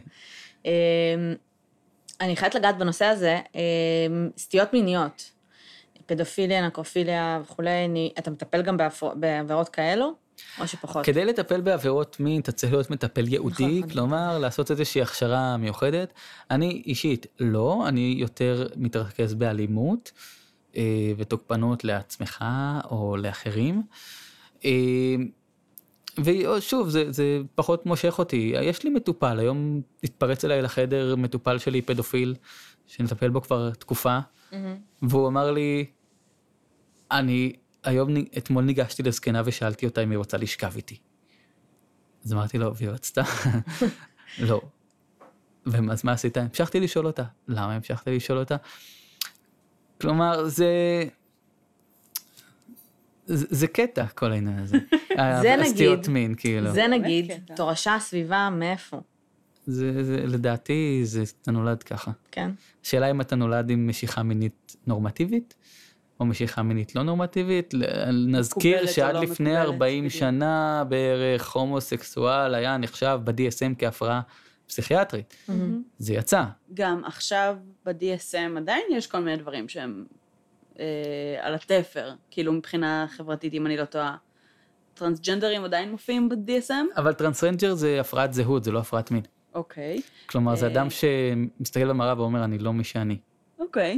אני חייבת לגעת בנושא הזה, סטיות מיניות, פדופיליה, נקרופיליה וכולי, אתה מטפל גם בעבירות כאלו, או שפחות? כדי לטפל בעבירות מין, אתה צריך להיות מטפל ייעודי, כלומר, לעשות איזושהי הכשרה מיוחדת. אני אישית לא, אני יותר מתרכז באלימות, ותוקפנות לעצמך או לאחרים. ושוב, זה פחות מושך אותי. יש לי מטופל, היום התפרץ אליי לחדר מטופל שלי פדופיל, שנטפל בו כבר תקופה, והוא אמר לי, אתמול ניגשתי לזקנה ושאלתי אותה אם היא רוצה לשכב איתי. אז אמרתי לו, והיא רצתה? לא. אז מה עשית? המשכתי לשאול אותה. למה המשכתי לשאול אותה? כלומר, זה קטע, כל העניין הזה. זה הסטיות מין, כאילו. זה נגיד, תורשה סביבה מאיפה? לדעתי, אתה נולד ככה. כן. השאלה אם אתה נולד עם משיכה מינית נורמטיבית, או משיכה מינית לא נורמטיבית. נזכיר שעד לפני 40 שנה בערך הומוסקסואל היה נחשב ב-DSM כהפרעה פסיכיאטרית. זה יצא. גם עכשיו ב-DSM עדיין יש כל מיני דברים שהם על התפר, כאילו מבחינה חברתית, אם אני לא טועה. טרנסג'נדרים עדיין מופיעים ב-DSM? אבל טרנסג'נדר זה הפרעת זהות, זה לא הפרעת מין. אוקיי. כלומר, זה אדם שמסתכל במראה ואומר, אני לא מי שאני. אוקיי.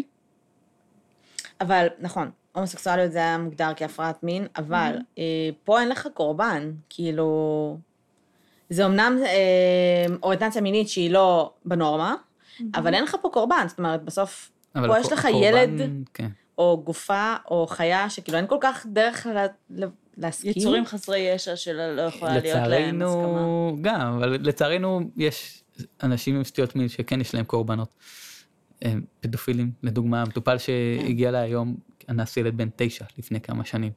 אבל, נכון, הומוסקסואליות זה היה מוגדר כהפרעת מין, אבל פה אין לך קורבן, כאילו, זה אמנם אוריינטציה מינית שהיא לא בנורמה, אבל אין לך פה קורבן, זאת אומרת, בסוף, פה יש לך ילד, או גופה, או חיה, שכאילו אין כל כך דרך להסכים. יצורים חסרי ישע שלא יכולה להיות להם הסכמה. גם, אבל לצערנו יש אנשים עם סטיות מין שכן יש להם קורבנות. פדופילים, לדוגמה, מטופל שהגיע לה היום, אנס ילד בן 9 לפני כמה שנים.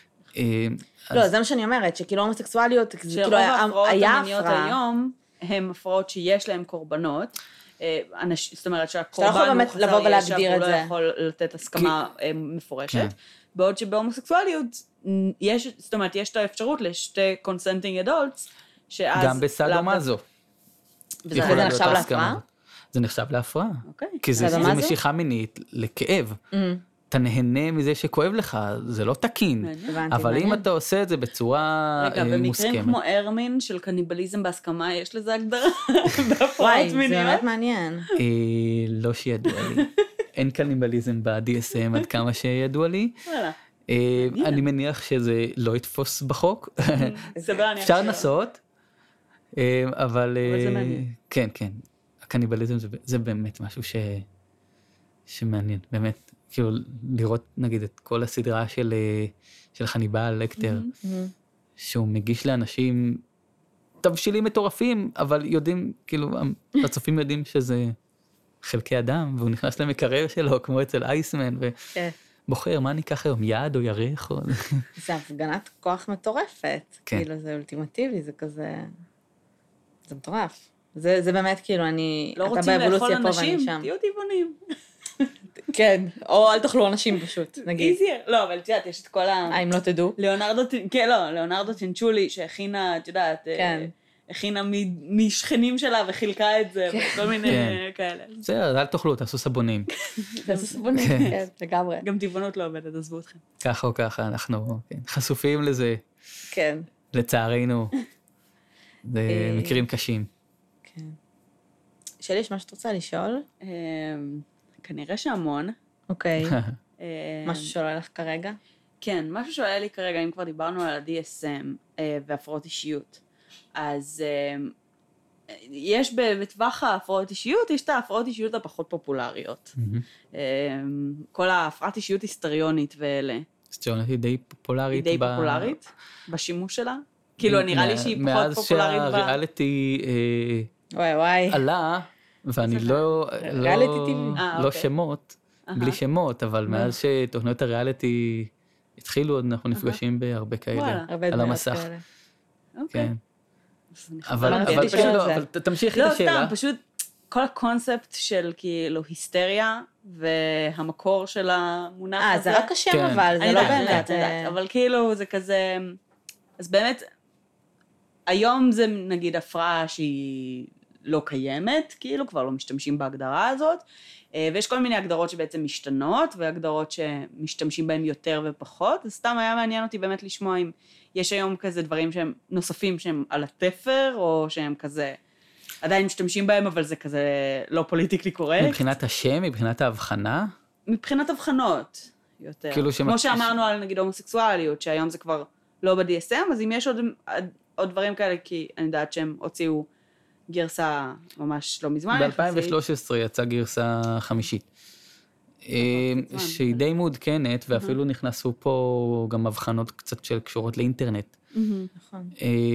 לא, זה מה שאני אומרת, שכאילו הומוסקסואליות, שרוב ההפרעות המיניות היום, הן הפרעות שיש להן קורבנות, זאת אומרת שהקורבן הוא חסר ישע, הוא לא יכול לתת הסכמה מפורשת, בעוד שבהומוסקסואליות, זאת אומרת, יש את האפשרות לשתי consenting adults, גם בסאדו-מאזו. וזה נחשב להפרעה? זה נחשב להפרעה, כי זה משיכה מינית לכאב. אתה נהנה מזה שכואב לך, זה לא תקין. אבל אם אתה עושה את זה בצורה מוסכמת. רגע, במקרים כמו ארמין של קניבליזם בהסכמה, יש לזה הגדרה? וואי, זה באמת מעניין. לא שידוע לי. אין קניבליזם ב-DSM עד כמה שידוע לי. אני מניח שזה לא יתפוס בחוק. אפשר לנסות, אבל כן, כן. הקניבליזם זה באמת משהו שמעניין, באמת, כאילו לראות נגיד את כל הסדרה של חניבל לקטר, שהוא מגיש לאנשים תבשילים מטורפים, אבל יודעים, כאילו, הצופים יודעים שזה חלקי אדם, והוא נכנס למקרר שלו, כמו אצל אייסמן, ובוחר, מה ניקח היום, יד או ירך? זה הפגנת כוח מטורפת, כאילו זה אולטימטיבי, זה כזה, זה מטורף. זה באמת כאילו, לא רוצים לאכול אנשים, תהיו טבעונים. כן, או אל תאכלו אנשים פשוט, נגיד. לא, אבל את יודעת, יש את כל אם לא תדעו? ליאונרדו טינצ'ולי, שהכינה, את יודעת, הכינה משכנים שלה וחילקה את זה, וכל מיני כאלה. בסדר, אל תאכלו, תעשו סבונים. תעשו סבונים, כן, לגמרי. גם טבעונות לא עובדת, עזבו אתכם. ככה או ככה, אנחנו חשופים לזה. כן. לצערנו. זה מקרים קשים. כן. שלי, יש מה שאת רוצה לשאול? כנראה שהמון. אוקיי. משהו שעולה לך כרגע? כן, משהו שעולה לי כרגע, אם כבר דיברנו על ה-DSM והפרעות אישיות, אז יש בטווח ההפרעות אישיות, יש את ההפרעות אישיות הפחות פופולריות. כל ההפרעת אישיות היסטריונית ואלה. היסטריונית היא די פופולרית. היא די פופולרית בשימוש שלה. כאילו, נראה לי שהיא פחות פופולרית. מאז שהריאליטי עלה, ואני לא שמות, בלי שמות, אבל מאז שתוכניות הריאליטי התחילו, אנחנו נפגשים בהרבה כאלה, על המסך. אוקיי. אבל תמשיכי את השאלה. לא, סתם, פשוט כל הקונספט של כאילו היסטריה, והמקור של המונח הזה. זה רק השם אבל, זה לא באמת. אבל כאילו זה כזה, אז באמת, היום זה נגיד הפרעה שהיא לא קיימת, כאילו כבר לא משתמשים בהגדרה הזאת, ויש כל מיני הגדרות שבעצם משתנות, והגדרות שמשתמשים בהן יותר ופחות, אז סתם היה מעניין אותי באמת לשמוע אם יש היום כזה דברים שהם נוספים שהם על התפר, או שהם כזה עדיין משתמשים בהם, אבל זה כזה לא פוליטיקלי קורקט. מבחינת השם, מבחינת ההבחנה? מבחינת הבחנות יותר. כמו שאמרנו על נגיד הומוסקסואליות, שהיום זה כבר לא ב-DSM, אז אם יש עוד עוד דברים כאלה, כי אני יודעת שהם הוציאו גרסה ממש לא מזמן. ב-2013 יצאה גרסה חמישית. שהיא די מעודכנת, ואפילו נכנסו פה גם הבחנות קצת של קשורות לאינטרנט. נכון.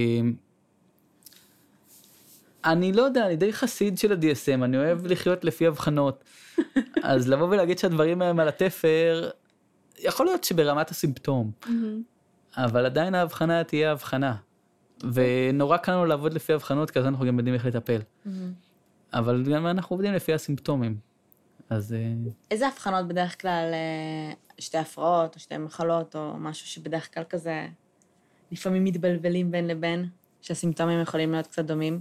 אני לא יודע, אני די חסיד של ה-DSM, אני אוהב לחיות לפי הבחנות. אז לבוא ולהגיד שהדברים הם על התפר, יכול להיות שברמת הסימפטום, אבל עדיין ההבחנה תהיה הבחנה. ונורא קל לנו לעבוד לפי הבחנות, כי אז אנחנו גם יודעים איך לטפל. אבל גם אנחנו עובדים לפי הסימפטומים. אז... איזה הבחנות בדרך כלל, שתי הפרעות או שתי מחלות, או משהו שבדרך כלל כזה, לפעמים מתבלבלים בין לבין, שהסימפטומים יכולים להיות קצת דומים?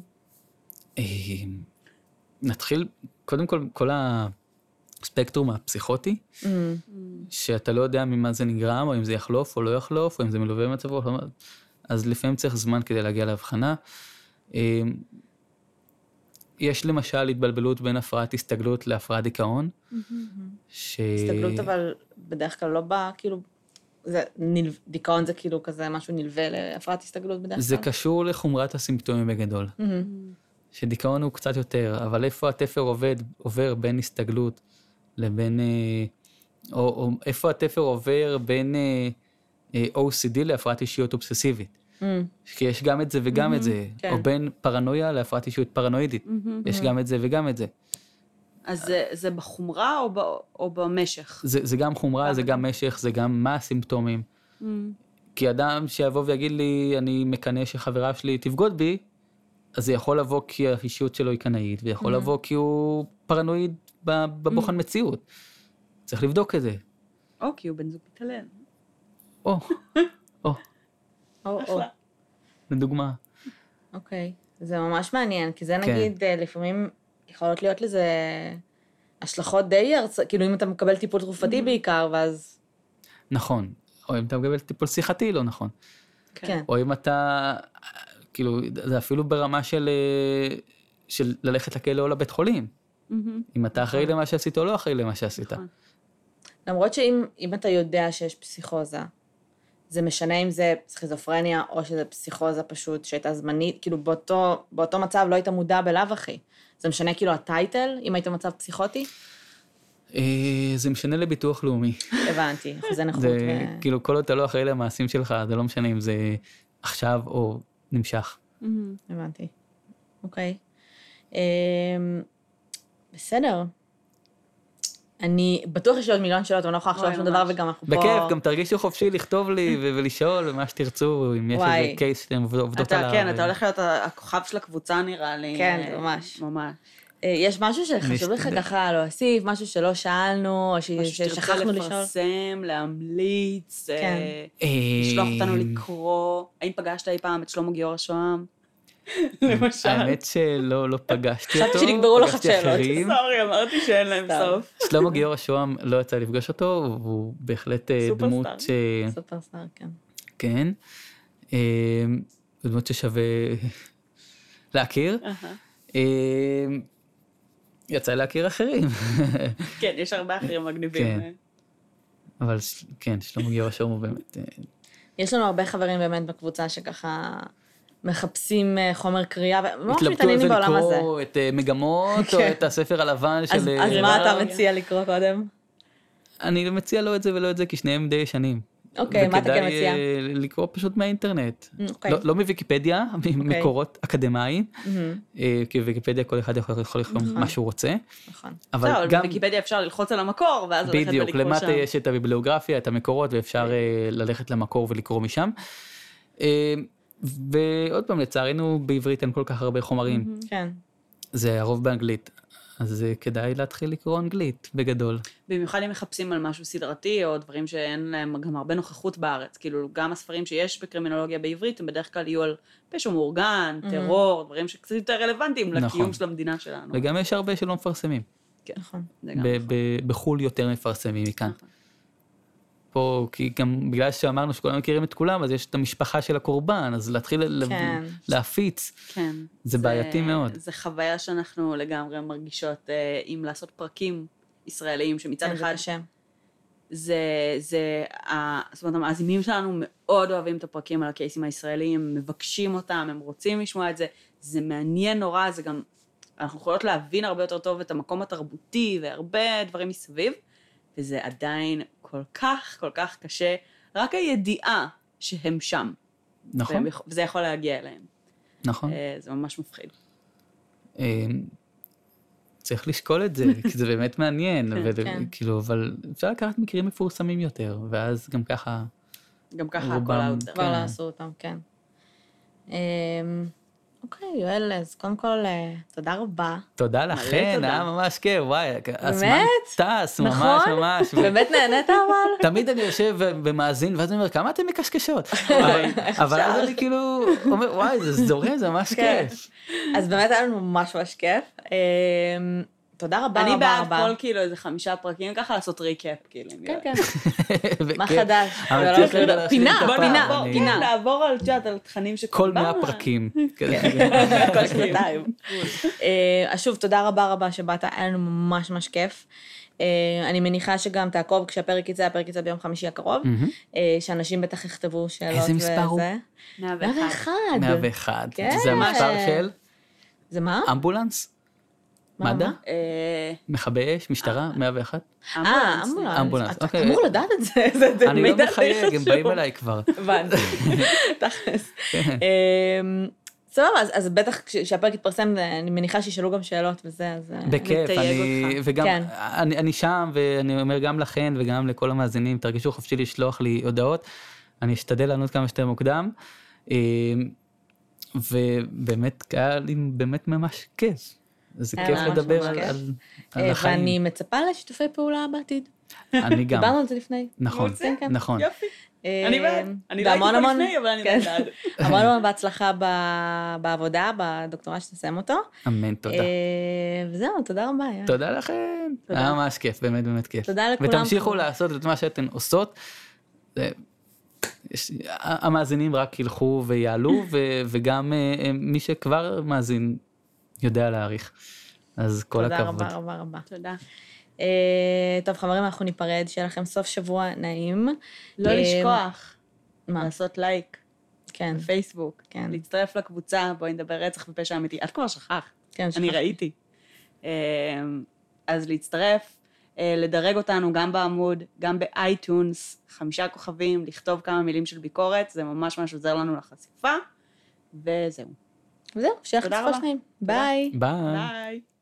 נתחיל, קודם כל הספקטרום הפסיכוטי, שאתה לא יודע ממה זה נגרם, או אם זה יחלוף או לא יחלוף, או אם זה מלווה במצבו, אז לפעמים צריך זמן כדי להגיע להבחנה. יש למשל התבלבלות בין הפרעת הסתגלות להפרעת דיכאון. הסתגלות אבל בדרך כלל לא בא, כאילו, דיכאון זה כאילו כזה משהו נלווה להפרעת הסתגלות בדרך כלל? זה קשור לחומרת הסימפטומים בגדול. שדיכאון הוא קצת יותר, אבל איפה התפר עובר בין הסתגלות לבין, או איפה התפר עובר בין OCD להפרעת אישיות אובססיבית. כי יש גם את זה וגם את זה, או בין פרנויה להפרעת אישיות פרנואידית, יש גם את זה וגם את זה. אז זה בחומרה או במשך? זה גם חומרה, זה גם משך, זה גם מה הסימפטומים. כי אדם שיבוא ויגיד לי, אני מקנא שחברה שלי תבגוד בי, אז זה יכול לבוא כי האישיות שלו היא קנאית, ויכול לבוא כי הוא פרנואיד בבוחן מציאות. צריך לבדוק את זה. או כי הוא בן זוג מתעלל. או. או. לדוגמה. אוקיי, זה ממש מעניין, כי זה נגיד, לפעמים יכולות להיות לזה השלכות די כאילו אם אתה מקבל טיפול תרופתי בעיקר, ואז... נכון, או אם אתה מקבל טיפול שיחתי, לא נכון. כן. או אם אתה, כאילו, זה אפילו ברמה של ללכת לכלא או לבית חולים. אם אתה אחראי למה שעשית או לא אחראי למה שעשית. למרות שאם אתה יודע שיש פסיכוזה, זה משנה אם זה סכיזופרניה, או שזה פסיכוזה פשוט שהייתה זמנית, כאילו באותו מצב לא היית מודע בלאו הכי. זה משנה כאילו הטייטל, אם היית במצב פסיכוטי? זה משנה לביטוח לאומי. הבנתי, אחוזי נכות. זה כאילו כל עוד אתה לא אחראי למעשים שלך, זה לא משנה אם זה עכשיו או נמשך. הבנתי. אוקיי. בסדר. אני בטוח יש עוד מיליון שאלות, אבל אני לא יכולה לחשוב שום דבר, וגם אנחנו פה... בכיף, גם תרגישו חופשי לכתוב לי ולשאול מה שתרצו, אם יש איזה קייס שאתם עובדות עליו. כן, אתה הולך להיות הכוכב של הקבוצה נראה לי. כן, ממש. ממש. יש משהו שחשוב לך ככה להוסיף, משהו שלא שאלנו, או ששכחנו לשאול? לפרסם, להמליץ, לשלוח אותנו לקרוא. האם פגשת אי פעם את שלמה גיורא שוהם? למשל. האמת שלא פגשתי אותו. חשבתי שנגברו לך שאלות. סורי, אמרתי שאין להם סוף. שלמה גיורא שוהם לא יצא לפגוש אותו, והוא בהחלט דמות ש... סופרסטאר, כן. כן. דמות ששווה להכיר. יצא להכיר אחרים. כן, יש הרבה אחרים מגניבים. אבל כן, שלמה גיורא שוהם הוא באמת... יש לנו הרבה חברים באמת בקבוצה שככה... מחפשים חומר קריאה, וממש מתעניינים התלבטו בעולם הזה. לקרוא את מגמות, או את הספר הלבן של... אז מה אתה מציע לקרוא קודם? אני מציע לא את זה ולא את זה, כי שניהם די ישנים. אוקיי, מה אתה כן מציע? וכדאי לקרוא פשוט מהאינטרנט. לא מוויקיפדיה, ממקורות אקדמיים, כי בוויקיפדיה כל אחד יכול לקרוא מה שהוא רוצה. נכון. אבל גם... בוויקיפדיה אפשר ללחוץ על המקור, ואז ללכת ולקרוא שם. בדיוק, למטה יש את הביבליוגרפיה, את המקורות, ואפשר ללכת למקור ולקרוא משם. ועוד פעם, לצערנו, בעברית אין כל כך הרבה חומרים. כן. זה הרוב באנגלית. אז כדאי להתחיל לקרוא אנגלית, בגדול. במיוחד אם מחפשים על משהו סדרתי, או דברים שאין להם גם הרבה נוכחות בארץ. כאילו, גם הספרים שיש בקרימינולוגיה בעברית, הם בדרך כלל יהיו על פשע מאורגן, טרור, דברים שקצת יותר רלוונטיים לקיום של המדינה שלנו. וגם יש הרבה שלא מפרסמים. כן, נכון. בחול יותר מפרסמים מכאן. פה, כי גם בגלל שאמרנו שכולם מכירים את כולם, אז יש את המשפחה של הקורבן, אז להתחיל להפיץ, זה בעייתי מאוד. זה חוויה שאנחנו לגמרי מרגישות, אם לעשות פרקים ישראליים, שמצד אחד זאת אומרת, המאזינים שלנו מאוד אוהבים את הפרקים על הקייסים הישראלים, הם מבקשים אותם, הם רוצים לשמוע את זה, זה מעניין נורא, זה גם, אנחנו יכולות להבין הרבה יותר טוב את המקום התרבותי, והרבה דברים מסביב, וזה עדיין כל כך קשה, רק הידיעה שהם שם. נכון. וזה יכול להגיע אליהם. נכון. זה ממש מפחיד. צריך לשקול את זה, כי זה באמת מעניין, כאילו, אבל אפשר לקחת מקרים מפורסמים יותר, ואז גם ככה... גם ככה הכל out. כבר לעשו אותם, כן. אוקיי, יואל, אז קודם כל, תודה רבה. תודה לכן, היה ממש כיף, וואי, הזמן טס, ממש. באמת נהנית אבל? תמיד אני יושב ומאזין, ואז אני אומר, כמה אתם מקשקשות? אבל אז אני כאילו אומר, וואי, זה זורם, זה ממש כיף. אז באמת היה לנו ממש כיף. תודה רבה. אני בעד כל כאילו איזה 5 פרקים, ככה לעשות ריקאפ, כאילו. כן. מה חדש? פינה. לעבור על תכנים כל 100 פרקים. כל שנתיים. אז שוב, תודה רבה שבאת, היה לנו ממש כיף. אני מניחה שגם תעקוב כשהפרק יצא, הפרק יצא ביום חמישי הקרוב, שאנשים בטח יכתבו שאלות. איזה מספר הוא? 101. 101. זה המספר של? זה מה? אמבולנס? מד"א? מכבי אש, משטרה, 101? אמבולנס. אתה אמור לדעת את זה. אני לא מחייג, הם באים אליי כבר. הבנתי. תכלס. סבבה, אז בטח כשהפרק יתפרסם, אני מניחה שישאלו גם שאלות וזה, אז בכיף, וגם אני שם, ואני אומר גם לכן וגם לכל המאזינים, תרגישו חופשי לשלוח לי הודעות, אני אשתדל לענות כמה שיותר מוקדם, ובאמת, היה לי באמת ממש כיף. זה כיף לדבר על החיים. ואני מצפה לשיתופי פעולה בעתיד. אני גם. דיברנו על זה לפני. נכון. יופי. אני בעד. אני לא הייתי פה לפני, אבל אני בעד. המון בהצלחה בעבודה, בדוקטורט שתסיים אותו. אמן, תודה. וזהו, תודה רבה. תודה לכם. היה ממש כיף, באמת כיף. תודה לכולם. ותמשיכו לעשות את מה שאתן עושות. המאזינים רק ילכו ויעלו, וגם מי שכבר מאזין יודע להעריך. אז כל הכבוד. תודה רבה. תודה. טוב, חברים, אנחנו ניפרד, שיהיה לכם סוף שבוע נעים. לא לשכוח. מה? לעשות לייק. כן. בפייסבוק. כן. להצטרף לקבוצה, בואי נדבר רצח ופשע אמיתי. את כבר שכח. כן, שכח. אני ראיתי. אז להצטרף, לדרג אותנו גם בעמוד, גם באייטונס, 5 כוכבים, לכתוב כמה מילים של ביקורת, זה ממש עוזר לנו לחשיפה, וזהו. שיהיה לכם סוף נעים. ביי. ביי.